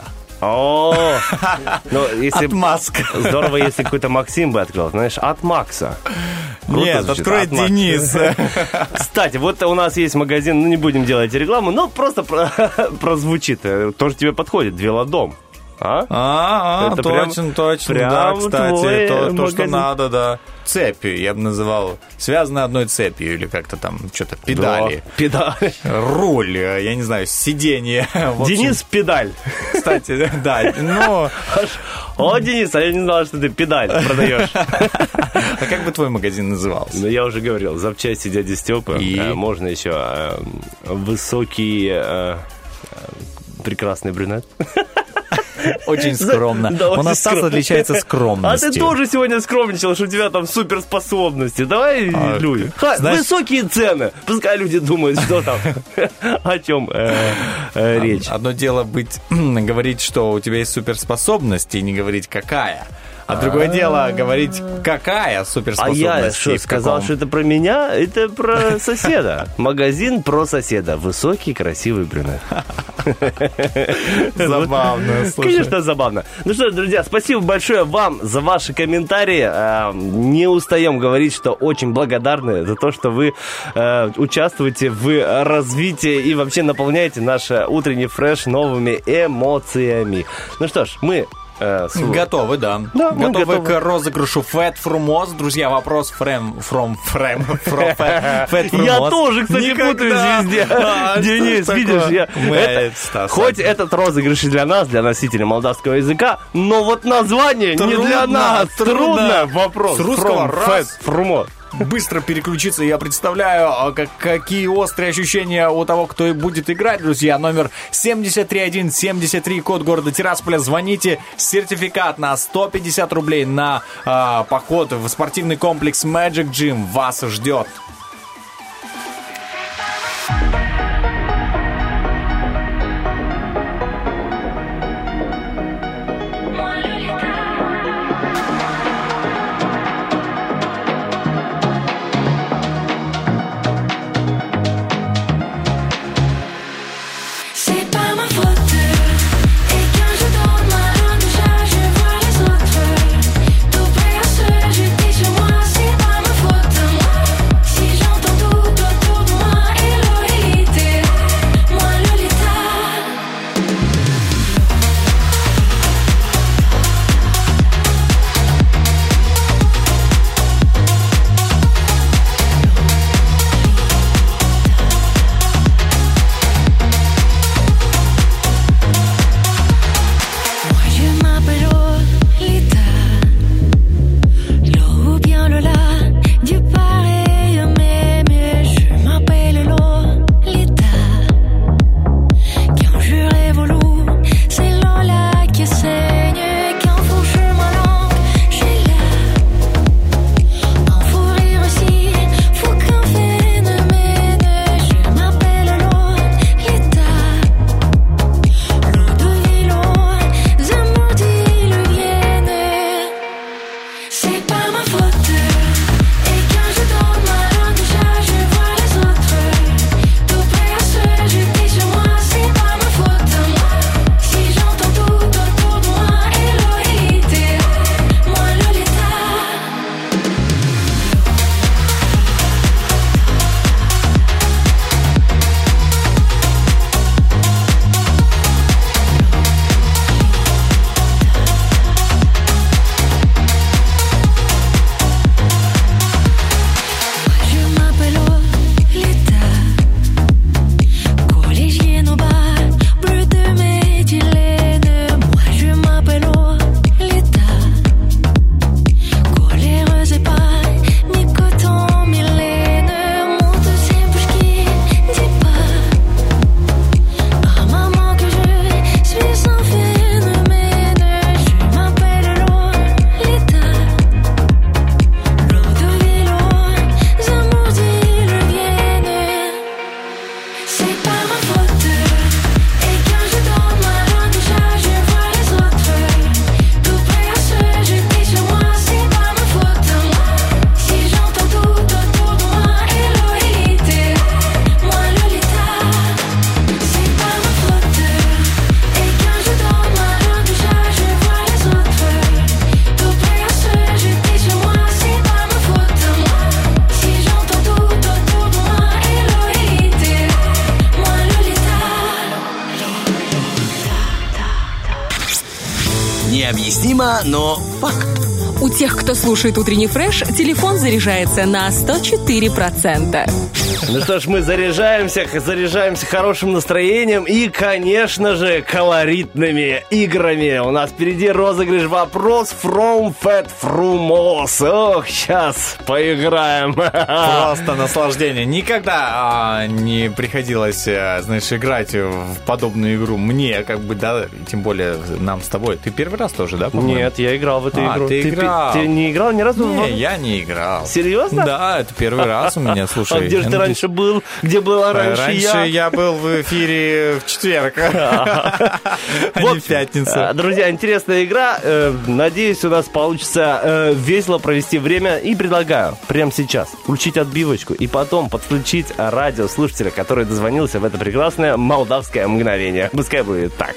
Speaker 3: Отмазка. Здорово, если какой-то Максим бы открыл, знаешь, от Макса.
Speaker 2: Нет, открой Денис.
Speaker 3: Кстати, вот у нас есть магазин, ну не будем делать рекламу, но просто прозвучит. Тоже тебе подходит, Велодом.
Speaker 2: Точно, да, кстати, то, что надо, да. Цепью, я бы называл, связаны одной цепью, или как-то там, что-то, педали.
Speaker 3: Да, педали.
Speaker 2: Руль, я не знаю, сиденье.
Speaker 3: Денис Педаль.
Speaker 2: Кстати, да, ну...
Speaker 3: О, Денис, а я не знал, что ты педаль продаешь.
Speaker 2: А как бы твой магазин назывался?
Speaker 3: Ну, я уже говорил, запчасти дяди Степы. Можно еще высокий, прекрасный брюнет.
Speaker 2: Очень скромно. Да, у нас Стас отличается скромностью.
Speaker 3: А ты тоже сегодня скромничал, что у тебя там суперспособности. Давай, люди. Высокие цены. Пускай люди думают, что там, о чем речь.
Speaker 2: Одно дело говорить, что у тебя есть суперспособность, и не говорить какая. А другое дело говорить, какая суперспособность.
Speaker 3: А я что, сказал, что это про меня? Это про соседа. Магазин про соседа. Высокий, красивый брюнет.
Speaker 2: Забавно, слушай.
Speaker 3: Конечно, забавно. Ну что, друзья, спасибо большое вам за ваши комментарии. Не устаем говорить, что очень благодарны за то, что вы участвуете в развитии и вообще наполняете наш утренний фреш новыми эмоциями. Ну что ж, мы...
Speaker 2: Готовы, да. Готовы к розыгрышу Fat from Oz. Друзья, вопрос from Fat from
Speaker 3: Я тоже, кстати, путаюсь везде. Денис, видишь, хоть этот розыгрыш для нас, для носителей молдавского языка, но вот название не для нас. Трудно. Вопрос.
Speaker 2: С русского
Speaker 3: Fat from Oz.
Speaker 2: быстро переключиться. Я представляю, какие острые ощущения у того, кто и будет играть, друзья. Номер 73173, код города Тирасполя. Звоните. Сертификат на 150 рублей на поход в спортивный комплекс Magic Gym вас ждет.
Speaker 6: Необъяснимо, но факт.
Speaker 5: У тех, кто слушает утренний фреш, телефон заряжается на 104%.
Speaker 3: Ну что ж, мы заряжаемся хорошим настроением и, конечно же, колоритными играми. У нас впереди розыгрыш вопрос from Fat Frumos. Ох, сейчас поиграем.
Speaker 2: Просто наслаждение. Никогда не приходилось, знаешь, играть в подобную игру. Мне, как бы, да, тем более нам с тобой. Ты первый раз тоже, да, по-моему?
Speaker 3: Нет, я играл в эту игру.
Speaker 2: Ты играл.
Speaker 3: Ты не играл ни разу?
Speaker 2: Не, я не играл.
Speaker 3: Серьезно?
Speaker 2: Да, это первый раз у меня, слушай.
Speaker 3: А где же ты раньше был? Где была раньше я?
Speaker 2: Раньше я был в эфире в четверг, а не в пятницу.
Speaker 3: Друзья, интересная игра. Надеюсь, у нас получится весело провести время. И предлагаю прямо сейчас включить отбивочку и потом подключить радиослушателя, который дозвонился в это прекрасное молдавское мгновение. Пускай будет так.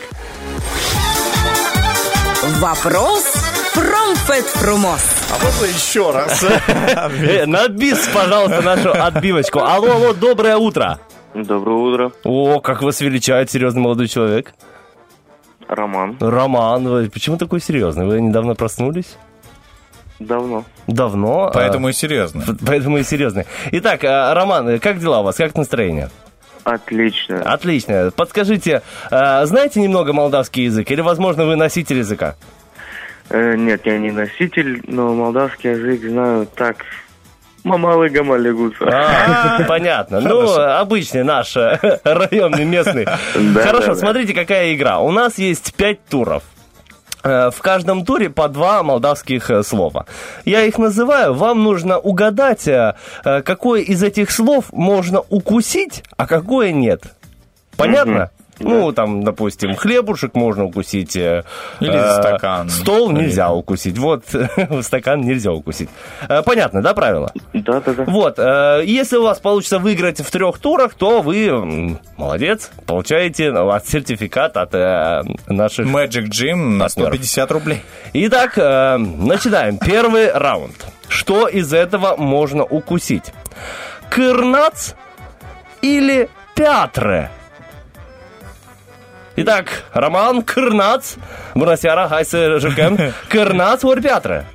Speaker 5: Вопрос from Fat Frumos.
Speaker 2: А можно еще раз?
Speaker 3: На бис, пожалуйста, нашу отбивочку. Алло, доброе утро.
Speaker 13: Доброе утро.
Speaker 3: О, как вас величает серьезный молодой человек.
Speaker 13: Роман.
Speaker 3: Роман, вы почему такой серьезный? Вы недавно проснулись?
Speaker 13: Давно.
Speaker 3: Давно?
Speaker 2: Поэтому и серьезный.
Speaker 3: Поэтому и серьезный. Итак, Роман, как дела у вас? Как настроение?
Speaker 13: Отлично.
Speaker 3: Отлично. Подскажите, знаете немного молдавский язык? Или, возможно, вы носитель языка?
Speaker 13: Нет, я не носитель, но молдавский язык знаю так Мамалы Гамали Гуса.
Speaker 3: Понятно. Ну, обычный наш районный местный. Хорошо, смотрите, какая игра. У нас есть 5 туров. В каждом туре по 2 молдавских слова. Я их называю, вам нужно угадать, какое из этих слов можно укусить, а какое нет. Понятно? Ну, там, допустим, хлебушек можно укусить.
Speaker 2: Или стакан.
Speaker 3: Стол нельзя укусить. Вот, стакан нельзя укусить. Понятно, да, правило?
Speaker 13: Да.
Speaker 3: Вот, если у вас получится выиграть в 3 турах, то вы, молодец, получаете сертификат от наших...
Speaker 2: Magic Gym на 150 рублей.
Speaker 3: Итак, начинаем. Первый раунд. Что из этого можно укусить? Кырнац или пятре? Итак, Роман, Кырнац. Бунасяра, хайсы, жукем. Кырнац, or пятре?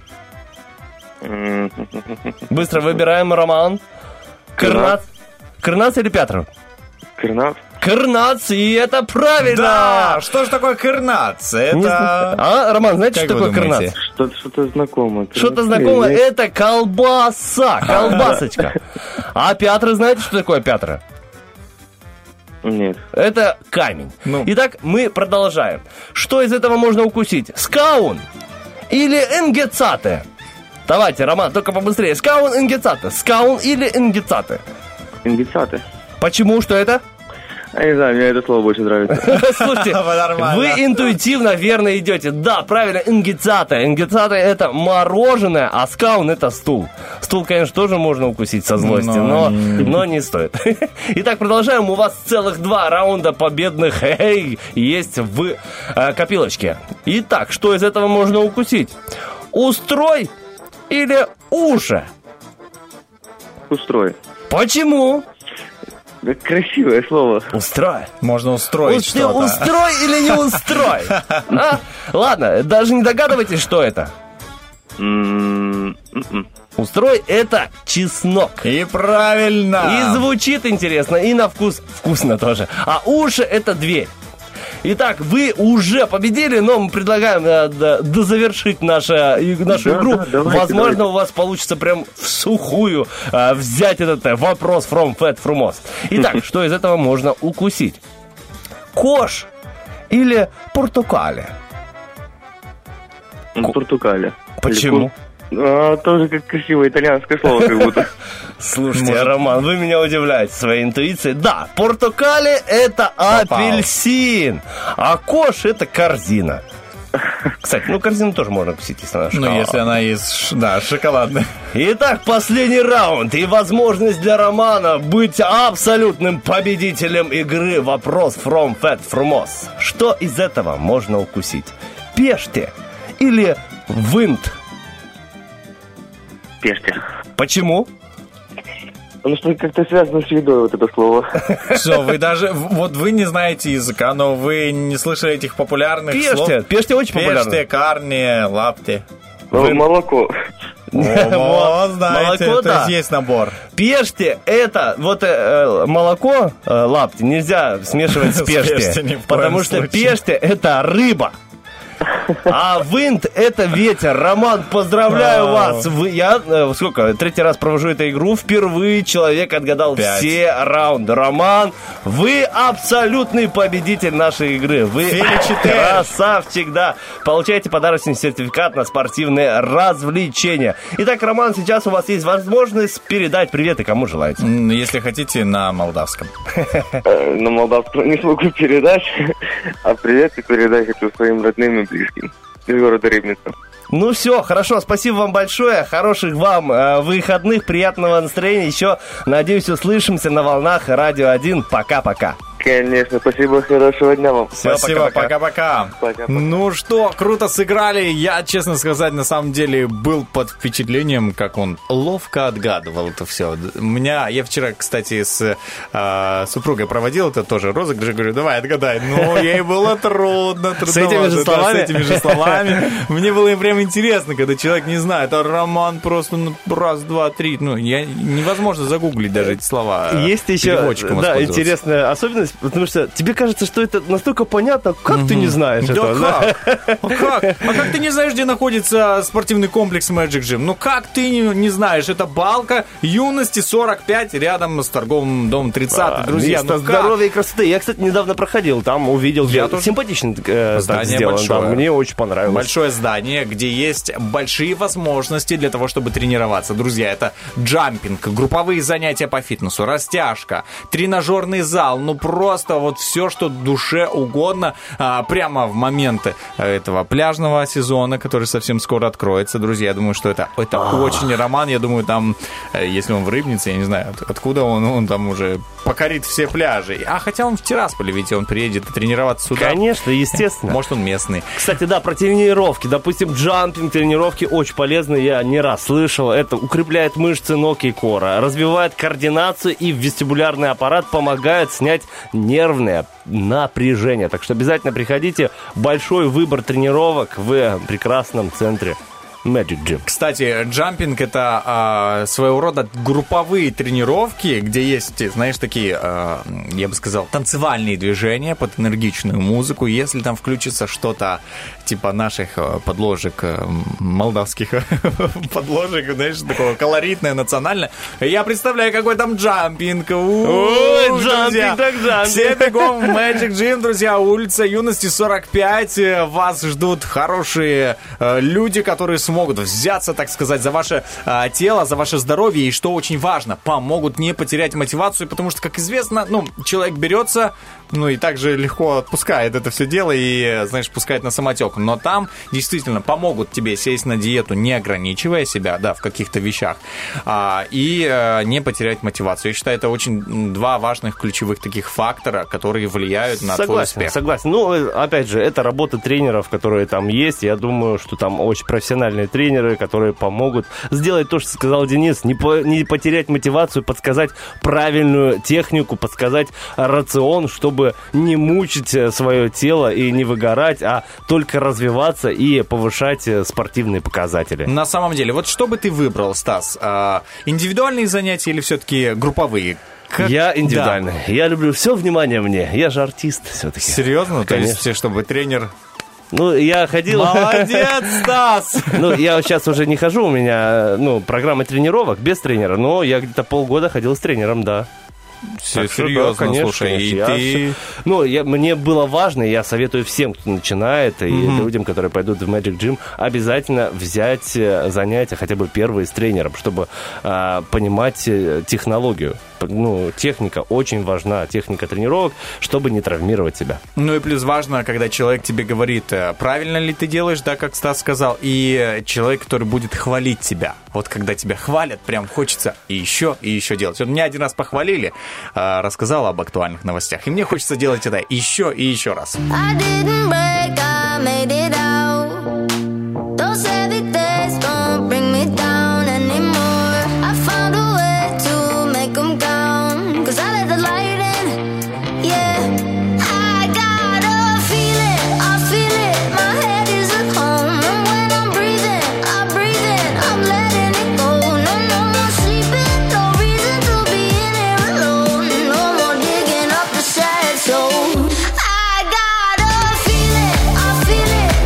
Speaker 3: Быстро выбираем, Роман. Кырнац. Кырнац или пятре?
Speaker 13: Кырнац.
Speaker 3: Кырнац, и это правильно!
Speaker 2: Да, что же такое кырнац? Это...
Speaker 3: Роман, знаете, что такое кырнац?
Speaker 13: Что-то знакомое.
Speaker 3: Что-то знакомое, это колбаса, колбасочка. А пятре, знаете, что такое пятре?
Speaker 13: Нет.
Speaker 3: Это камень. Итак, мы продолжаем. Что из этого можно укусить? Скаун или энгецате? Давайте, Роман, только побыстрее. Скаун, энгецате. Скаун или энгецате?
Speaker 13: Энгецате.
Speaker 3: Почему? Что это?
Speaker 13: Я не знаю, мне это слово больше нравится.
Speaker 3: Слушайте, вы интуитивно верно идете. Да, правильно, энгецате. Энгецате это мороженое, а скаун это стул. Стул, конечно, тоже можно укусить со злости, но не стоит. Итак, продолжаем. У вас целых 2 раунда победных есть в копилочке. Итак, что из этого можно укусить? Устрой или уши?
Speaker 13: Устрой.
Speaker 3: Почему?
Speaker 13: Красивое слово.
Speaker 3: Устрой.
Speaker 2: Можно устроить что-то.
Speaker 3: Устрой или не устрой? Ладно, даже не догадывайтесь, что это. Устрой это чеснок.
Speaker 2: И правильно.
Speaker 3: И звучит интересно, и на вкус вкусно тоже. А уши это дверь. Итак, вы уже победили, но мы предлагаем дозавершить нашу игру. Возможно, у вас получится прям в сухую взять этот вопрос from Fat Frumos. Итак, что из этого можно укусить? Кош или портокале?
Speaker 13: Портокале.
Speaker 3: Почему?
Speaker 13: Тоже как красивое итальянское слово, как будто.
Speaker 3: Слушайте, Роман, вы меня удивляете своей интуицией. Да, портокале это апельсин, а кош это корзина. Кстати, корзину тоже можно кусить, если она шоколадная.
Speaker 2: Если она есть, шоколадная.
Speaker 3: Итак, последний раунд и возможность для Романа быть абсолютным победителем игры «Вопрос from Fat Frumos». Что из этого можно укусить? Пеште или винт?
Speaker 13: Пеште.
Speaker 3: Почему?
Speaker 13: Потому что как-то связано с едой вот это слово.
Speaker 2: Что, вы даже... Вот вы не знаете языка, но вы не слышали этих популярных слов?
Speaker 3: Пеште очень популярно.
Speaker 2: Пеште, карни, лапти.
Speaker 13: Молоко.
Speaker 2: Знаете,
Speaker 3: молоко,
Speaker 2: то есть набор.
Speaker 3: Пеште это... Вот молоко, лапти, нельзя смешивать с пеште. Потому что пеште это рыба. А винт это ветер. Роман, поздравляю вас. Я 3-й раз провожу эту игру. Впервые человек отгадал 5. Все раунды. Роман, вы абсолютный победитель нашей игры. Вы красавчик, да. Получаете подарочный сертификат на спортивные развлечения. Итак, Роман, сейчас у вас есть возможность передать приветы кому желаете.
Speaker 2: Если хотите, на молдавском.
Speaker 13: На молдавском не смогу передать. А приветы передать хочу своим родным и близким из города Рыбница.
Speaker 3: Ну все, хорошо, спасибо вам большое, хороших вам выходных, приятного настроения. Еще, надеюсь, услышимся на волнах Радио 1. Пока-пока.
Speaker 13: Конечно, спасибо, хорошего дня вам.
Speaker 2: Все, спасибо, пока-пока. Ну что, круто сыграли. Я, честно сказать, на самом деле был под впечатлением, как он ловко отгадывал это все. Я вчера, кстати, с супругой проводил это тоже розыгрыш. Говорю, давай, отгадай. Но ей было трудно.
Speaker 3: С этими же словами?
Speaker 2: С этими же словами. Мне было прям интересно, когда человек не знает. А Роман просто раз, два, три. Невозможно загуглить даже эти слова.
Speaker 3: Есть еще, интересная особенность потому что тебе кажется, что это настолько понятно, как ты не знаешь
Speaker 2: Да
Speaker 3: этого?
Speaker 2: как? А как ты не знаешь, где находится спортивный комплекс Magic Gym? Ну как ты не знаешь? Это балка юности 45 рядом с торговым домом 30, друзья.
Speaker 3: Место
Speaker 2: Ну как?
Speaker 3: здоровья и красоты. Я, кстати, недавно проходил, там увидел,
Speaker 2: Я тоже.
Speaker 3: симпатично так
Speaker 2: Здание
Speaker 3: сделано.
Speaker 2: большое.
Speaker 3: Да, мне очень понравилось.
Speaker 2: Большое здание, где есть большие возможности для того, чтобы тренироваться. Друзья, это джампинг, групповые занятия по фитнесу, растяжка, тренажерный зал. Ну просто вот все, что душе угодно, прямо в моменты этого пляжного сезона, который совсем скоро откроется. Друзья, я думаю, что это очень роман. Я думаю, там, если он в Рыбнице, я не знаю, откуда он там уже покорит все пляжи. Хотя он в Тирасполе, ведь он приедет тренироваться сюда.
Speaker 3: Конечно, естественно.
Speaker 2: Может, он местный.
Speaker 3: Кстати, да, про тренировки. Допустим, джампинг, тренировки очень полезны. Я не раз слышал. Это укрепляет мышцы ног и кора, развивает координацию и вестибулярный аппарат, помогает снять нервное напряжение. Так что обязательно приходите. Большой выбор тренировок в прекрасном центре Magic Gym.
Speaker 2: Кстати, джампинг — это своего рода групповые тренировки, где есть, знаешь, такие, я бы сказал, танцевальные движения под энергичную музыку. Если там включится что-то типа наших подложек, молдавских подложек, знаешь, такого колоритное, национальное, я представляю, какой там джампинг.
Speaker 3: Ой, джампинг
Speaker 2: друзья.
Speaker 3: так джампинг.
Speaker 2: Все бегом в Magic Gym, друзья, улица Юности 45. Вас ждут хорошие люди, которые смогут взяться, так сказать, за ваше тело, за ваше здоровье, и что очень важно, помогут не потерять мотивацию, потому что, как известно, человек берется, и также легко отпускает это все дело и, знаешь, пускает на самотек. Но там действительно помогут тебе сесть на диету, не ограничивая себя, да, в каких-то вещах, и не потерять мотивацию. Я считаю, это очень два важных ключевых таких фактора, которые влияют на твой успех.
Speaker 3: Согласен. Опять же, это работа тренеров, которые там есть. Я думаю, что там очень профессиональные тренеры, которые помогут сделать то, что сказал Денис, не потерять мотивацию, подсказать правильную технику, подсказать рацион, чтобы не мучить свое тело и не выгорать, а только развиваться и повышать спортивные показатели.
Speaker 2: На самом деле, вот что бы ты выбрал, Стас? Индивидуальные занятия или все-таки групповые?
Speaker 3: Я индивидуальный. Да. Я люблю все внимание мне. Я же артист все-таки.
Speaker 2: Серьезно?
Speaker 3: Конечно.
Speaker 2: То есть, чтобы тренер...
Speaker 3: я ходил...
Speaker 2: Молодец, Стас!
Speaker 3: Я сейчас уже не хожу, у меня, программа тренировок без тренера, но я где-то полгода ходил с тренером, да.
Speaker 2: Все серьезно, да, конечно, слушай,
Speaker 3: конечно. И ты... мне было важно, я советую всем, кто начинает, и людям, которые пойдут в Magic Gym, обязательно взять занятия, хотя бы первые с тренером, чтобы понимать технологию. Техника очень важна, техника тренировок, чтобы не травмировать себя.
Speaker 2: И плюс важно, когда человек тебе говорит, правильно ли ты делаешь, да, как Стас сказал, и человек, который будет хвалить тебя. Вот когда тебя хвалят, прям хочется и еще делать. Вот меня один раз похвалили, рассказал об актуальных новостях, и мне хочется делать это еще и еще раз.
Speaker 10: I got a feeling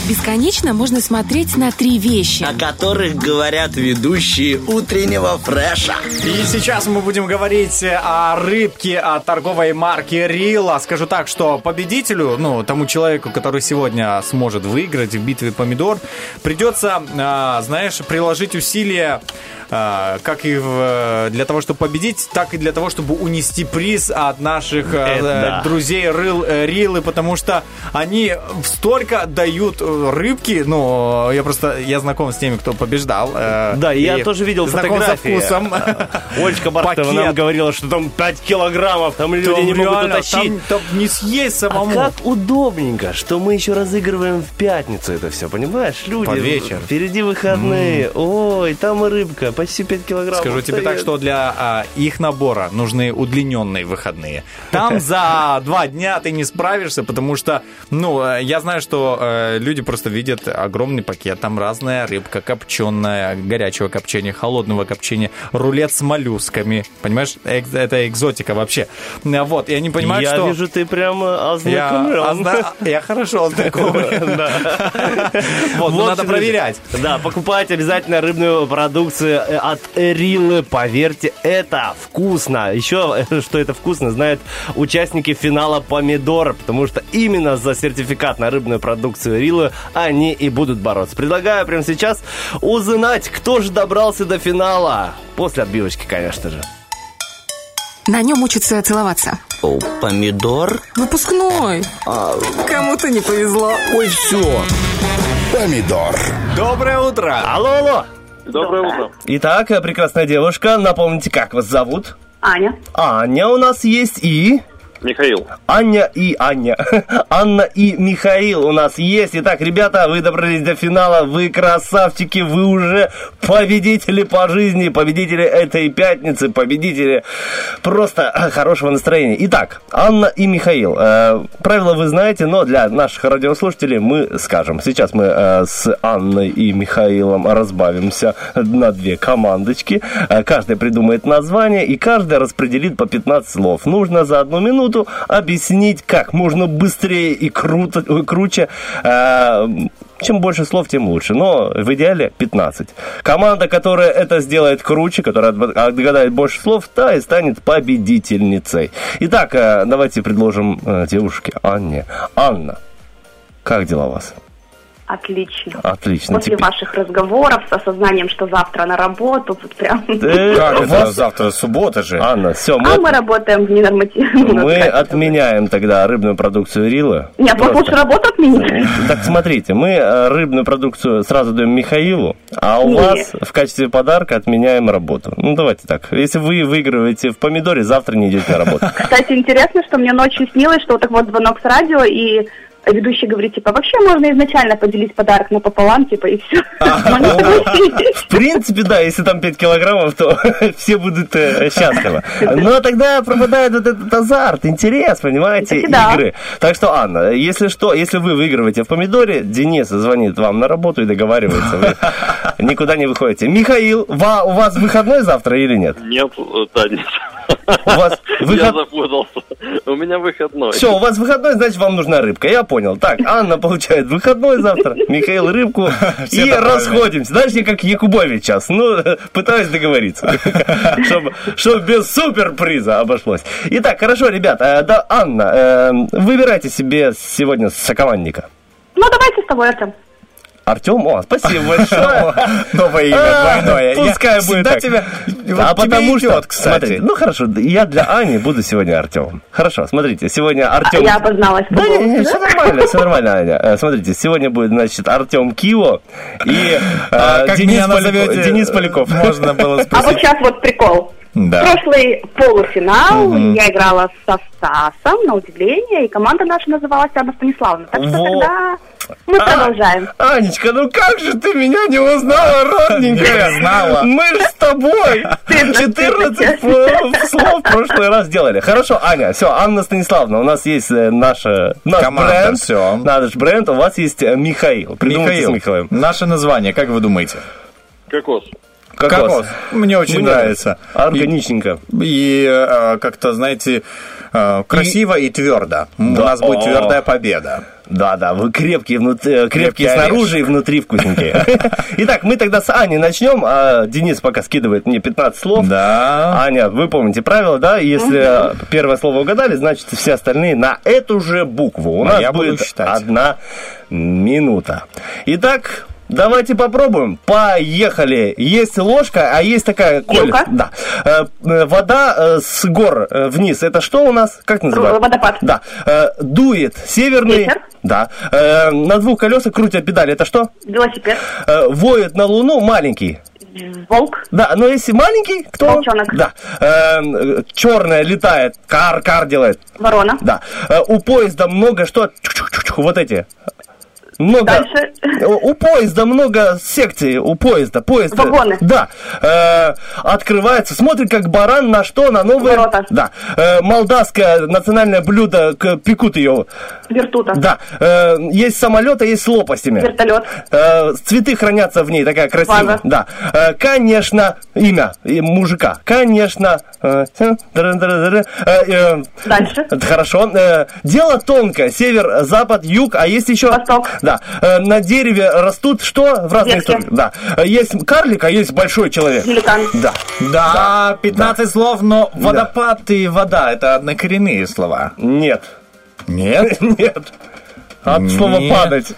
Speaker 5: Бесконечно можно смотреть на 3 вещи.
Speaker 6: О которых говорят ведущие утреннего фреша.
Speaker 2: И сейчас мы будем говорить о рыбке от торговой марки Рила. Скажу так, что победителю, тому человеку, который сегодня сможет выиграть в битве помидор, придется, приложить усилия как и для того, чтобы победить, так и для того, чтобы унести приз от наших друзей Рилы, потому что они столько дают рыбки, я знаком с теми, кто побеждал.
Speaker 3: Да, я тоже видел фотографии.
Speaker 2: Со вкусом.
Speaker 3: Олечка Бартова нам говорила, что там 5 килограммов, там люди не могут утащить.
Speaker 2: Там не съесть самому.
Speaker 3: А как удобненько, что мы еще разыгрываем в пятницу это все, понимаешь? Люди,
Speaker 2: под вечер.
Speaker 3: Впереди выходные. Ой, там и рыбка, почти 5 килограммов.
Speaker 2: Скажу тебе так, что для их набора нужны удлиненные выходные. Там за 2 дня ты не справишься, потому что, я знаю, что люди просто видят огромный пакет. Там разная рыбка, копченая, горячего копчения, холодного копчения, рулет с моллюсками. Понимаешь, это экзотика вообще. Вот, и они понимают, что...
Speaker 3: Я вижу, ты прямо ознакомлен.
Speaker 2: Я хорошо ознакомлен. Вот, надо проверять.
Speaker 3: Да, покупайте обязательно рыбную продукцию от Рилы. Поверьте, это вкусно. Еще, что это вкусно, знают участники финала помидор, потому что именно за сертификат на рыбную продукцию Рилы они и будут бороться. Предлагаю прямо сейчас узнать, кто же добрался до финала. После отбивочки, конечно же.
Speaker 5: На нем учатся целоваться.
Speaker 6: О, помидор?
Speaker 5: Выпускной. Кому-то не повезло.
Speaker 6: Ой, все.
Speaker 14: Помидор.
Speaker 2: Доброе утро.
Speaker 3: Алло.
Speaker 15: Доброе утро.
Speaker 3: Итак, прекрасная девушка, напомните, как вас зовут?
Speaker 15: Аня.
Speaker 3: Аня у нас есть и...
Speaker 15: Михаил.
Speaker 3: Анна и Михаил у нас есть. Итак, ребята, вы добрались до финала. Вы красавчики, вы уже победители по жизни, победители этой пятницы, победители просто хорошего настроения. Итак, Анна и Михаил. Правила вы знаете, но для наших радиослушателей мы скажем. Сейчас мы с Анной и Михаилом разбавимся на 2 командочки. Каждый придумает название, и каждый распределит по 15 слов. Нужно за 1 минуту объяснить как можно быстрее и круче. Чем больше слов, тем лучше. Но в идеале 15. Команда, которая это сделает круче, которая отгадает больше слов, та и станет победительницей. Итак, давайте предложим девушке Анне. Анна, как дела у вас?
Speaker 15: Отлично.
Speaker 3: Отлично.
Speaker 15: После ваших разговоров с осознанием, что завтра на работу, тут прям...
Speaker 2: Как это завтра? Суббота же.
Speaker 3: Анна, все.
Speaker 15: Мы работаем в ненормативном.
Speaker 3: Мы отменяем тогда рыбную продукцию Рилы.
Speaker 15: Нет, вы лучше работу отмените.
Speaker 3: Так, смотрите, мы рыбную продукцию сразу даем Михаилу, а у вас в качестве подарка отменяем работу. Давайте так. Если вы выигрываете в помидоре, завтра не идете на работу.
Speaker 15: Кстати, интересно, что мне ночью снилось, что вот так вот звонок с радио, и ведущий говорит, вообще можно изначально поделить подарок напополам, и все.
Speaker 3: В принципе, да, если там 5 килограммов, то все будут счастливы. Но тогда пропадает вот этот азарт, интерес, понимаете, игры. Так что, Анна, если что, если вы выигрываете в помидоре, Денис звонит вам на работу и договаривается. Вы никуда не выходите. Михаил, у вас выходной завтра или нет?
Speaker 15: Нет, да, нет.
Speaker 3: У вас
Speaker 15: Я запутался. У меня выходной.
Speaker 3: Все, у вас выходной, значит, вам нужна рыбка. Я понял. Так, Анна получает выходной завтра, Михаил рыбку. И расходимся. Знаешь, я как Якубович сейчас. Пытаюсь договориться. Чтобы без суперприза обошлось. Итак, хорошо, ребята. Да, Анна, выбирайте себе сегодня сокомандника.
Speaker 15: Давайте с тобой, Артем.
Speaker 3: Артем? Спасибо большое.
Speaker 2: Новое имя, двойное.
Speaker 3: Пускай будет так. А потому что, смотри, хорошо, я для Ани буду сегодня Артемом. Хорошо, смотрите, сегодня Артем...
Speaker 15: Я обозналась.
Speaker 3: Да, все нормально, Аня. Смотрите, сегодня будет, значит, Артем Кио и Денис Поляков.
Speaker 2: Можно было спросить.
Speaker 15: А вот сейчас вот прикол.
Speaker 2: Да.
Speaker 15: Прошлый полуфинал я играла со Стасом, на удивление, и команда наша называлась Анна Станиславовна. Так что тогда мы продолжаем.
Speaker 3: Анечка, как же ты меня не узнала, родненькая?
Speaker 2: Знала.
Speaker 3: Мы же с тобой 14 слов в прошлый раз делали. Хорошо, Аня, все, Анна Станиславовна, у нас есть наш бренд.
Speaker 2: Все.
Speaker 3: Наш бренд, у вас есть Михаил. Придумайте с Михаилом.
Speaker 2: Наше название, как вы думаете?
Speaker 15: Кокос.
Speaker 2: Мне очень нравится.
Speaker 3: Органичненько.
Speaker 2: И как-то, знаете, красиво и твердо. У нас будет твердая победа.
Speaker 3: Да, вы крепкие снаружи и внутри вкусненькие. Итак, мы тогда с Аней начнем, а Денис пока скидывает мне 15 слов.
Speaker 2: Да.
Speaker 3: Аня, вы помните правила, да? Если первое слово угадали, значит все остальные на эту же букву. У нас будет 1 минута. Итак, давайте попробуем. Поехали. Есть ложка, а есть такая... Да. Вода с гор вниз. Это что у нас? Как называется?
Speaker 15: Водопад.
Speaker 3: Да. Дует северный...
Speaker 15: Ветер.
Speaker 3: Да. На 2 колесах крутят педали. Это что?
Speaker 15: Велосипед.
Speaker 3: Воет на луну маленький.
Speaker 15: Волк.
Speaker 3: Да, но если маленький, кто?
Speaker 15: Волчонок.
Speaker 3: Да. Черная летает, кар делает.
Speaker 15: Ворона.
Speaker 3: Да. У поезда много что? Вот эти. Много.
Speaker 15: Дальше.
Speaker 3: У поезда много секций. У поезда.
Speaker 15: Вагоны.
Speaker 3: Да. Открывается. Смотрит, как баран на что? На новые...
Speaker 15: Ворота.
Speaker 3: Да. Молдавское национальное блюдо. Пекут ее.
Speaker 15: Вертута.
Speaker 3: Да. Есть самолет, а есть с лопастями.
Speaker 15: Вертолет.
Speaker 3: Цветы хранятся в ней. Такая красивая.
Speaker 15: Ваза.
Speaker 3: Да. Конечно, имя мужика. Конечно.
Speaker 15: Дальше.
Speaker 3: Хорошо. Дело тонкое. Север, запад, юг, а есть еще...
Speaker 15: Восток.
Speaker 3: Да. На дереве растут что? В разные
Speaker 15: Ветки.
Speaker 3: стороны. Да. Есть карлик, а есть большой человек.
Speaker 15: Великан.
Speaker 3: Да.
Speaker 2: 15 слов, но водопад и вода — это однокоренные слова.
Speaker 3: Нет.
Speaker 2: Нет?
Speaker 3: Нет. От слова падать.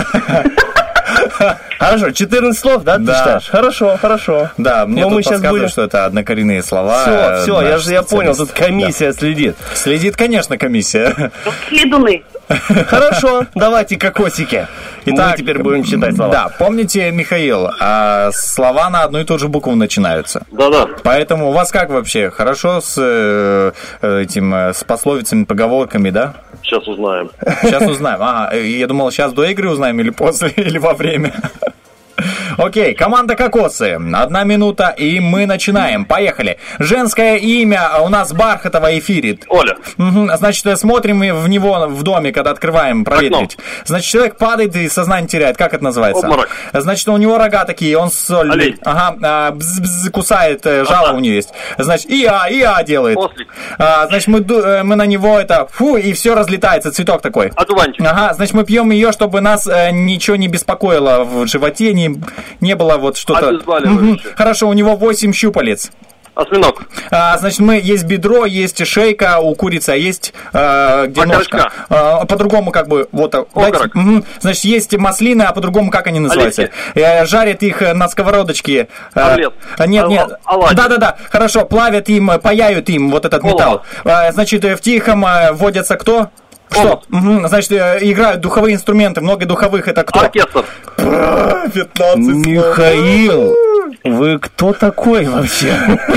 Speaker 3: Хорошо, 14 слов, да, ты считаешь? Хорошо.
Speaker 2: Да, мне
Speaker 3: но
Speaker 2: тут
Speaker 3: мы сейчас
Speaker 2: подсказывают,
Speaker 3: будем...
Speaker 2: что это однокоренные слова.
Speaker 3: Все, я понял, тут комиссия следит.
Speaker 2: Следит, конечно, комиссия.
Speaker 15: Следуны.
Speaker 3: Хорошо, давайте кокосики. Итак, мы теперь будем читать слова.
Speaker 2: Да, помните, Михаил, слова на одну и ту же букву начинаются.
Speaker 12: Да.
Speaker 2: Поэтому у вас как вообще? Хорошо с пословицами, поговорками, да?
Speaker 12: Сейчас узнаем.
Speaker 2: Сейчас узнаем. Ага, я думал, сейчас до игры узнаем или после, или во время. Окей, команда «Кокосы». 1 минута, и мы начинаем. Поехали. Женское имя у нас Бархатова эфирит.
Speaker 12: Оля.
Speaker 2: Угу. Значит, смотрим в него в доме, когда открываем, проветрить. Значит, человек падает и сознание теряет. Как это называется?
Speaker 12: Обморок.
Speaker 2: Значит, у него рога такие, он соль...
Speaker 12: Олень.
Speaker 2: Ага, кусает, жало у него есть. Значит, иа делает.
Speaker 12: Ослик.
Speaker 2: Значит, мы на него и все разлетается, цветок такой.
Speaker 12: Одуванчик.
Speaker 2: Ага, значит, мы пьем ее, чтобы нас ничего не беспокоило в животе, не было вот что-то...
Speaker 12: Обезболивающее.
Speaker 2: Хорошо, у него 8 щупалец.
Speaker 12: Осьминог.
Speaker 2: Значит, есть бедро, есть шейка у курицы, а есть где ножка. По-другому как бы вот.
Speaker 12: Окорок.
Speaker 2: Значит, есть маслины, а по-другому как они называются? Жарят их на сковородочке.
Speaker 12: Омлет.
Speaker 2: Нет.
Speaker 12: Оладьи.
Speaker 2: Да. Хорошо, плавят им, паяют им вот этот металл. Значит, в Тихом водятся кто? Что? Значит, играют духовые инструменты. Много духовых. Это кто?
Speaker 12: Оркестр.
Speaker 2: 15
Speaker 3: Михаил, вы кто такой вообще?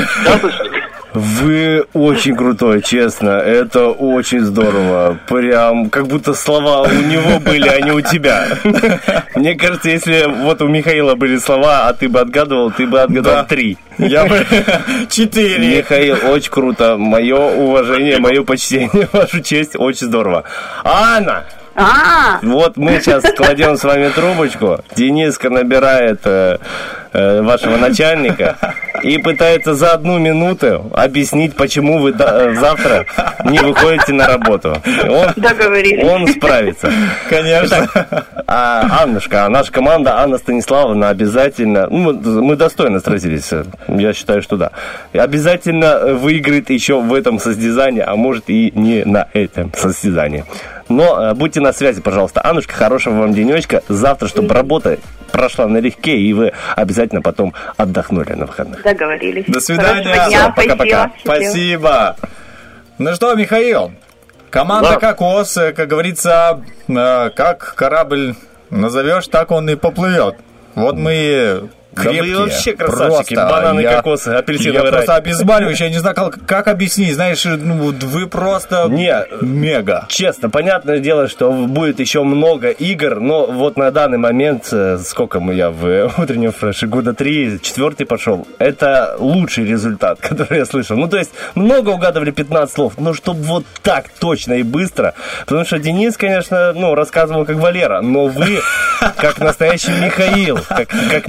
Speaker 3: Вы очень крутой, честно. Это очень здорово. Прям как будто слова у него были, а не у тебя. Мне кажется, если вот у Михаила были слова, а ты бы отгадывал 3.
Speaker 2: Я бы 4.
Speaker 3: Михаил, очень круто. Мое уважение, мое почтение, вашу честь, очень здорово. Анна! Вот мы сейчас кладем с вами трубочку. Дениска набирает вашего начальника и пытается за 1 минуту объяснить, почему вы завтра не выходите на работу. Он справится.
Speaker 2: Конечно.
Speaker 3: Аннушка, наша команда, Анна Станиславовна, обязательно, мы достойно сразились, я считаю, что да, обязательно выиграет еще в этом состязании, а может и не на этом состязании. Но будьте на связи, пожалуйста. Аннушка, хорошего вам денечка. Завтра, чтобы работа прошла налегке, и вы обязательно потом отдохнули на выходных.
Speaker 15: Договорились.
Speaker 2: До свидания. Пока-пока. Спасибо. Ну что, Михаил, команда «Кокос», как говорится, как корабль назовешь, так он и поплывет. Вот мы... крепкие.
Speaker 3: Да вы вообще красавчики, бананы, кокосы, апельсиновый рай.
Speaker 2: Я просто обезболивающий, я не знаю, как объяснить. Знаешь, вы просто мега.
Speaker 3: Честно, понятное дело, что будет еще много игр, но вот на данный момент, сколько я в утреннем фреше, 3 года, 4-й пошел, это лучший результат, который я слышал. Ну, то есть, много угадывали 15 слов, но чтобы вот так точно и быстро, потому что Денис, конечно, рассказывал как Валера, но вы как настоящий Михаил, как Михаил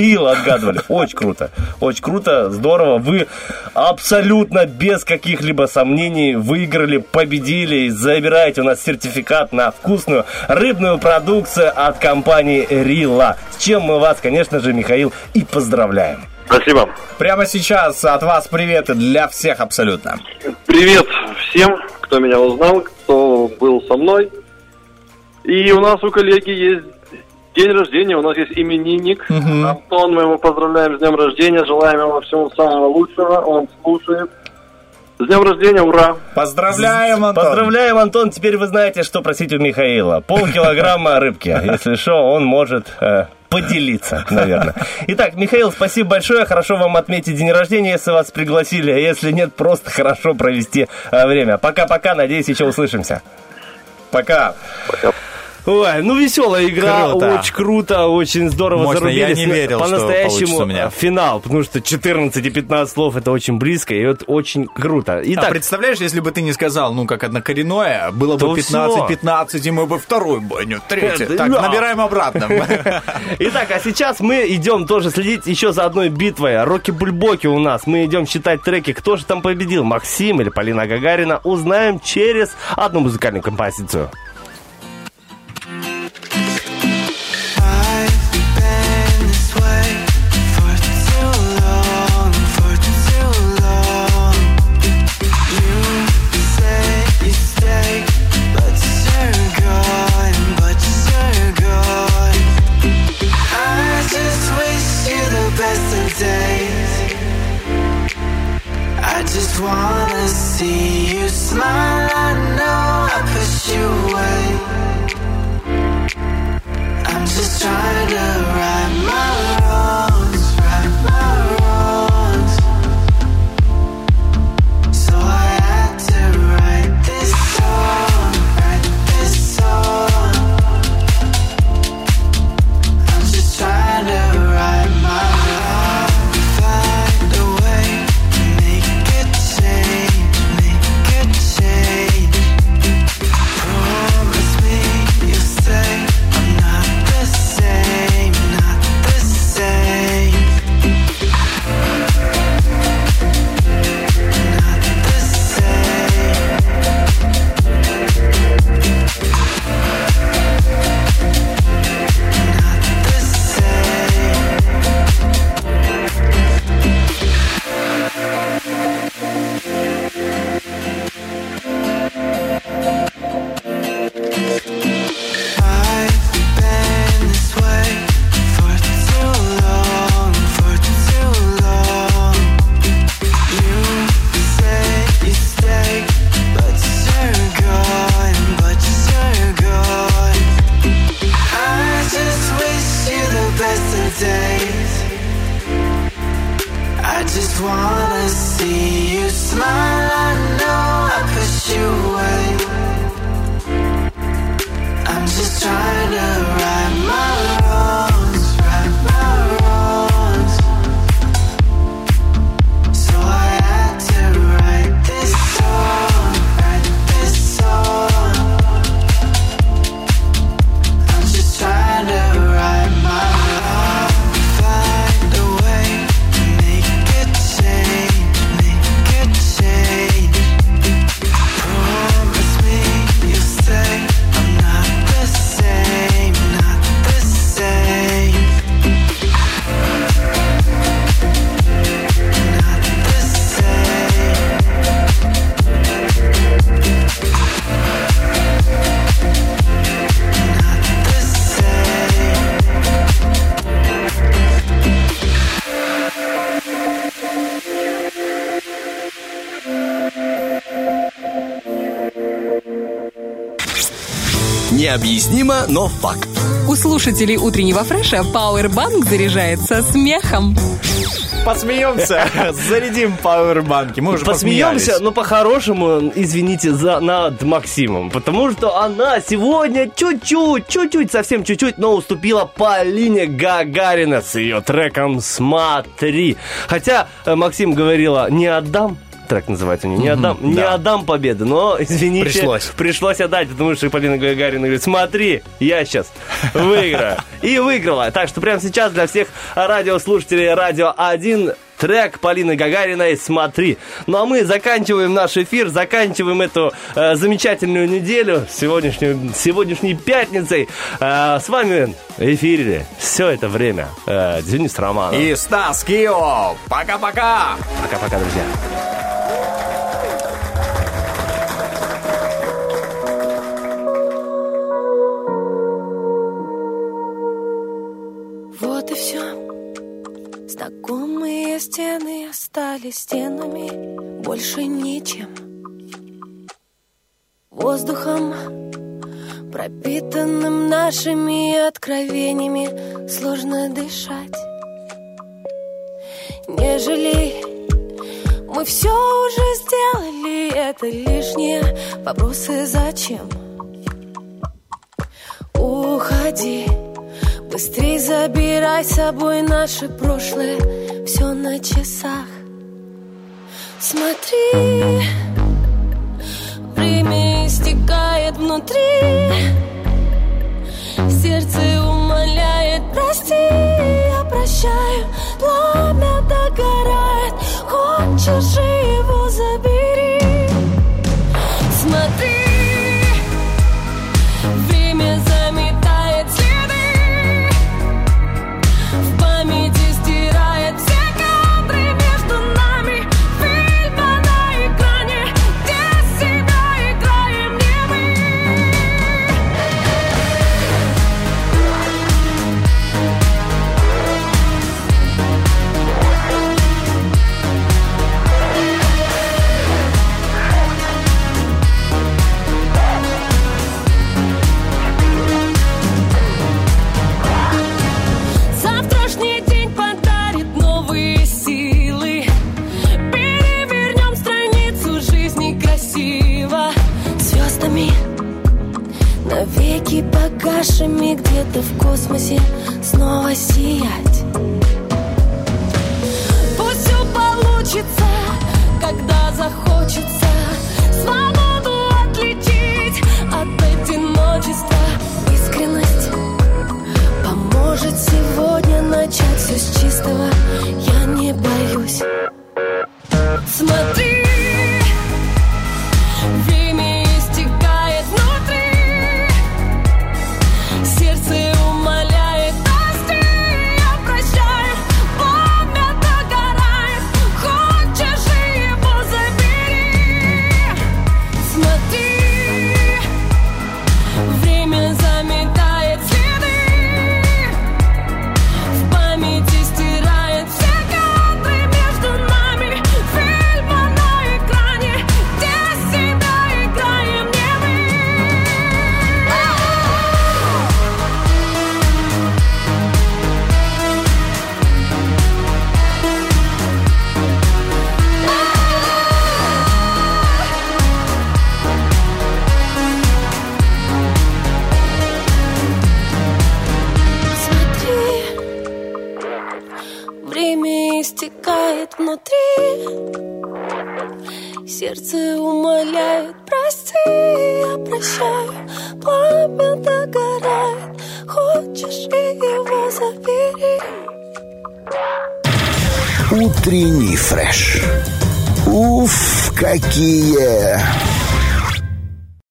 Speaker 3: Михаил отгадывали. Очень круто. Очень круто, здорово. Вы абсолютно без каких-либо сомнений выиграли, победили и забираете у нас сертификат на вкусную рыбную продукцию от компании Рила. С чем мы вас, конечно же, Михаил, и поздравляем.
Speaker 16: Спасибо.
Speaker 17: Прямо сейчас от вас приветы для всех абсолютно.
Speaker 16: Привет всем, кто меня узнал, кто был со мной. И у нас у коллеги есть день рождения, у нас есть именинник. Антон, мы его поздравляем с днем рождения, желаем ему всего самого лучшего, он слушает. С днем рождения, ура!
Speaker 17: Поздравляем, Антон!
Speaker 3: Поздравляем, Антон! Теперь вы знаете, что просить у Михаила. Полкилограмма рыбки. Если что, он может поделиться, наверное. Итак, Михаил, спасибо большое. Хорошо вам отметить день рождения, если вас пригласили. А если нет, просто хорошо провести время. Пока-пока. Надеюсь, еще услышимся.
Speaker 17: Пока.
Speaker 16: Пока.
Speaker 3: Ой, ну веселая игра,
Speaker 2: Круто.
Speaker 3: Очень круто, очень здорово
Speaker 2: Мощно,
Speaker 3: зарубились.
Speaker 2: я не верил, что получится
Speaker 3: по-настоящему
Speaker 2: у меня.
Speaker 3: финал, потому что 14 и 15 слов это очень близко, и это очень круто. Итак,
Speaker 2: представляешь, если бы ты не сказал, ну, как однокоренное, было бы 15-15, и мы бы вторую баню, третью. Так, набираем обратно.
Speaker 3: Итак, а сейчас мы идем тоже следить еще за одной битвой. Роки-бульбоки у нас. Мы идем считать треки. Кто же там победил, Максим или Полина Гагарина, узнаем через одну музыкальную композицию.
Speaker 11: I just wanna see you smile. I know I pushed you away. I'm just trying to right my wrongs, right my wrongs. So I had to write this song, write this song. I'm just trying to right my wrongs. Find a way to make it change, make it change. Promise me you'll stay. I'm not the same, not the same. Not the same. Not the I've been this way for too long, for too long. You say you stay, but you're gone, but you're gone. I just wish you the best of days. I just wanna see you smile. I know I pushed you away. I'm just trying to right my wrongs, right my wrongs. So I had to write this song, write this song. I'm just trying to right my wrongs. Find a way to make it change, make it change. Promise me you'll stay. I'm not the same, not the same. Not the same. Not the
Speaker 6: Необъяснимо, но факт.
Speaker 5: У слушателей утреннего фреша Powerbank заряжается смехом.
Speaker 2: Посмеемся, зарядим пауэрбанки. Мы уже
Speaker 3: посмеемся, но по-хорошему, извините над Максимом, потому что она сегодня чуть-чуть, совсем чуть-чуть, но уступила Полине Гагарина с ее треком «Смотри». Хотя Максим говорила «не отдам», трек называется у нее. Не отдам победы, но, извините, пришлось отдать, потому что Полина Гагарина говорит, смотри, я сейчас выиграю. И выиграла. Так что прямо сейчас для всех радиослушателей Радио 1 трек Полины Гагариной «Смотри». Ну а мы заканчиваем наш эфир, заканчиваем эту замечательную неделю сегодняшней пятницей. С вами в эфире все это время Денис Романов
Speaker 2: и Стас Кио. Пока-пока.
Speaker 3: Пока-пока, друзья.
Speaker 18: Вот и все. Знакомые стены остались стенами, больше ничем. Воздухом, пропитанным нашими откровениями, сложно дышать. Не жалей, мы все уже сделали, это лишние вопросы зачем. Уходи, быстрей забирай с собой наше прошлое, все на часах. Смотри, время истекает внутри, сердце умоляет, прости, я прощаю, пламя догорает, хочешь же его забери. Смотри, время заметает следы, в памяти стирает все кадры между нами, фильма на экране, где себя играем не мы. Завтрашний день подарит новые силы, перевернем страницу жизни красиво, звездами навеки погашими где-то в космосе снова сиять. Пусть все получится, когда захочется свободу отличить от одиночества. Искренность поможет сегодня начать все с чистого, я не боюсь. Смотри, время истекает внутри, сердце умоляет, прости, я прощаю, пламя догорает, хочешь же его забери. Смотри, время заметает следы, в памяти стирает все кадры между нами, фильма на экране, где себя играем не мы. Смотри, время истекает внутри, сердце умоляет, прости, я прощаю, пламя догорает, хочешь и его забери.
Speaker 14: Утренний фреш. Уф, какие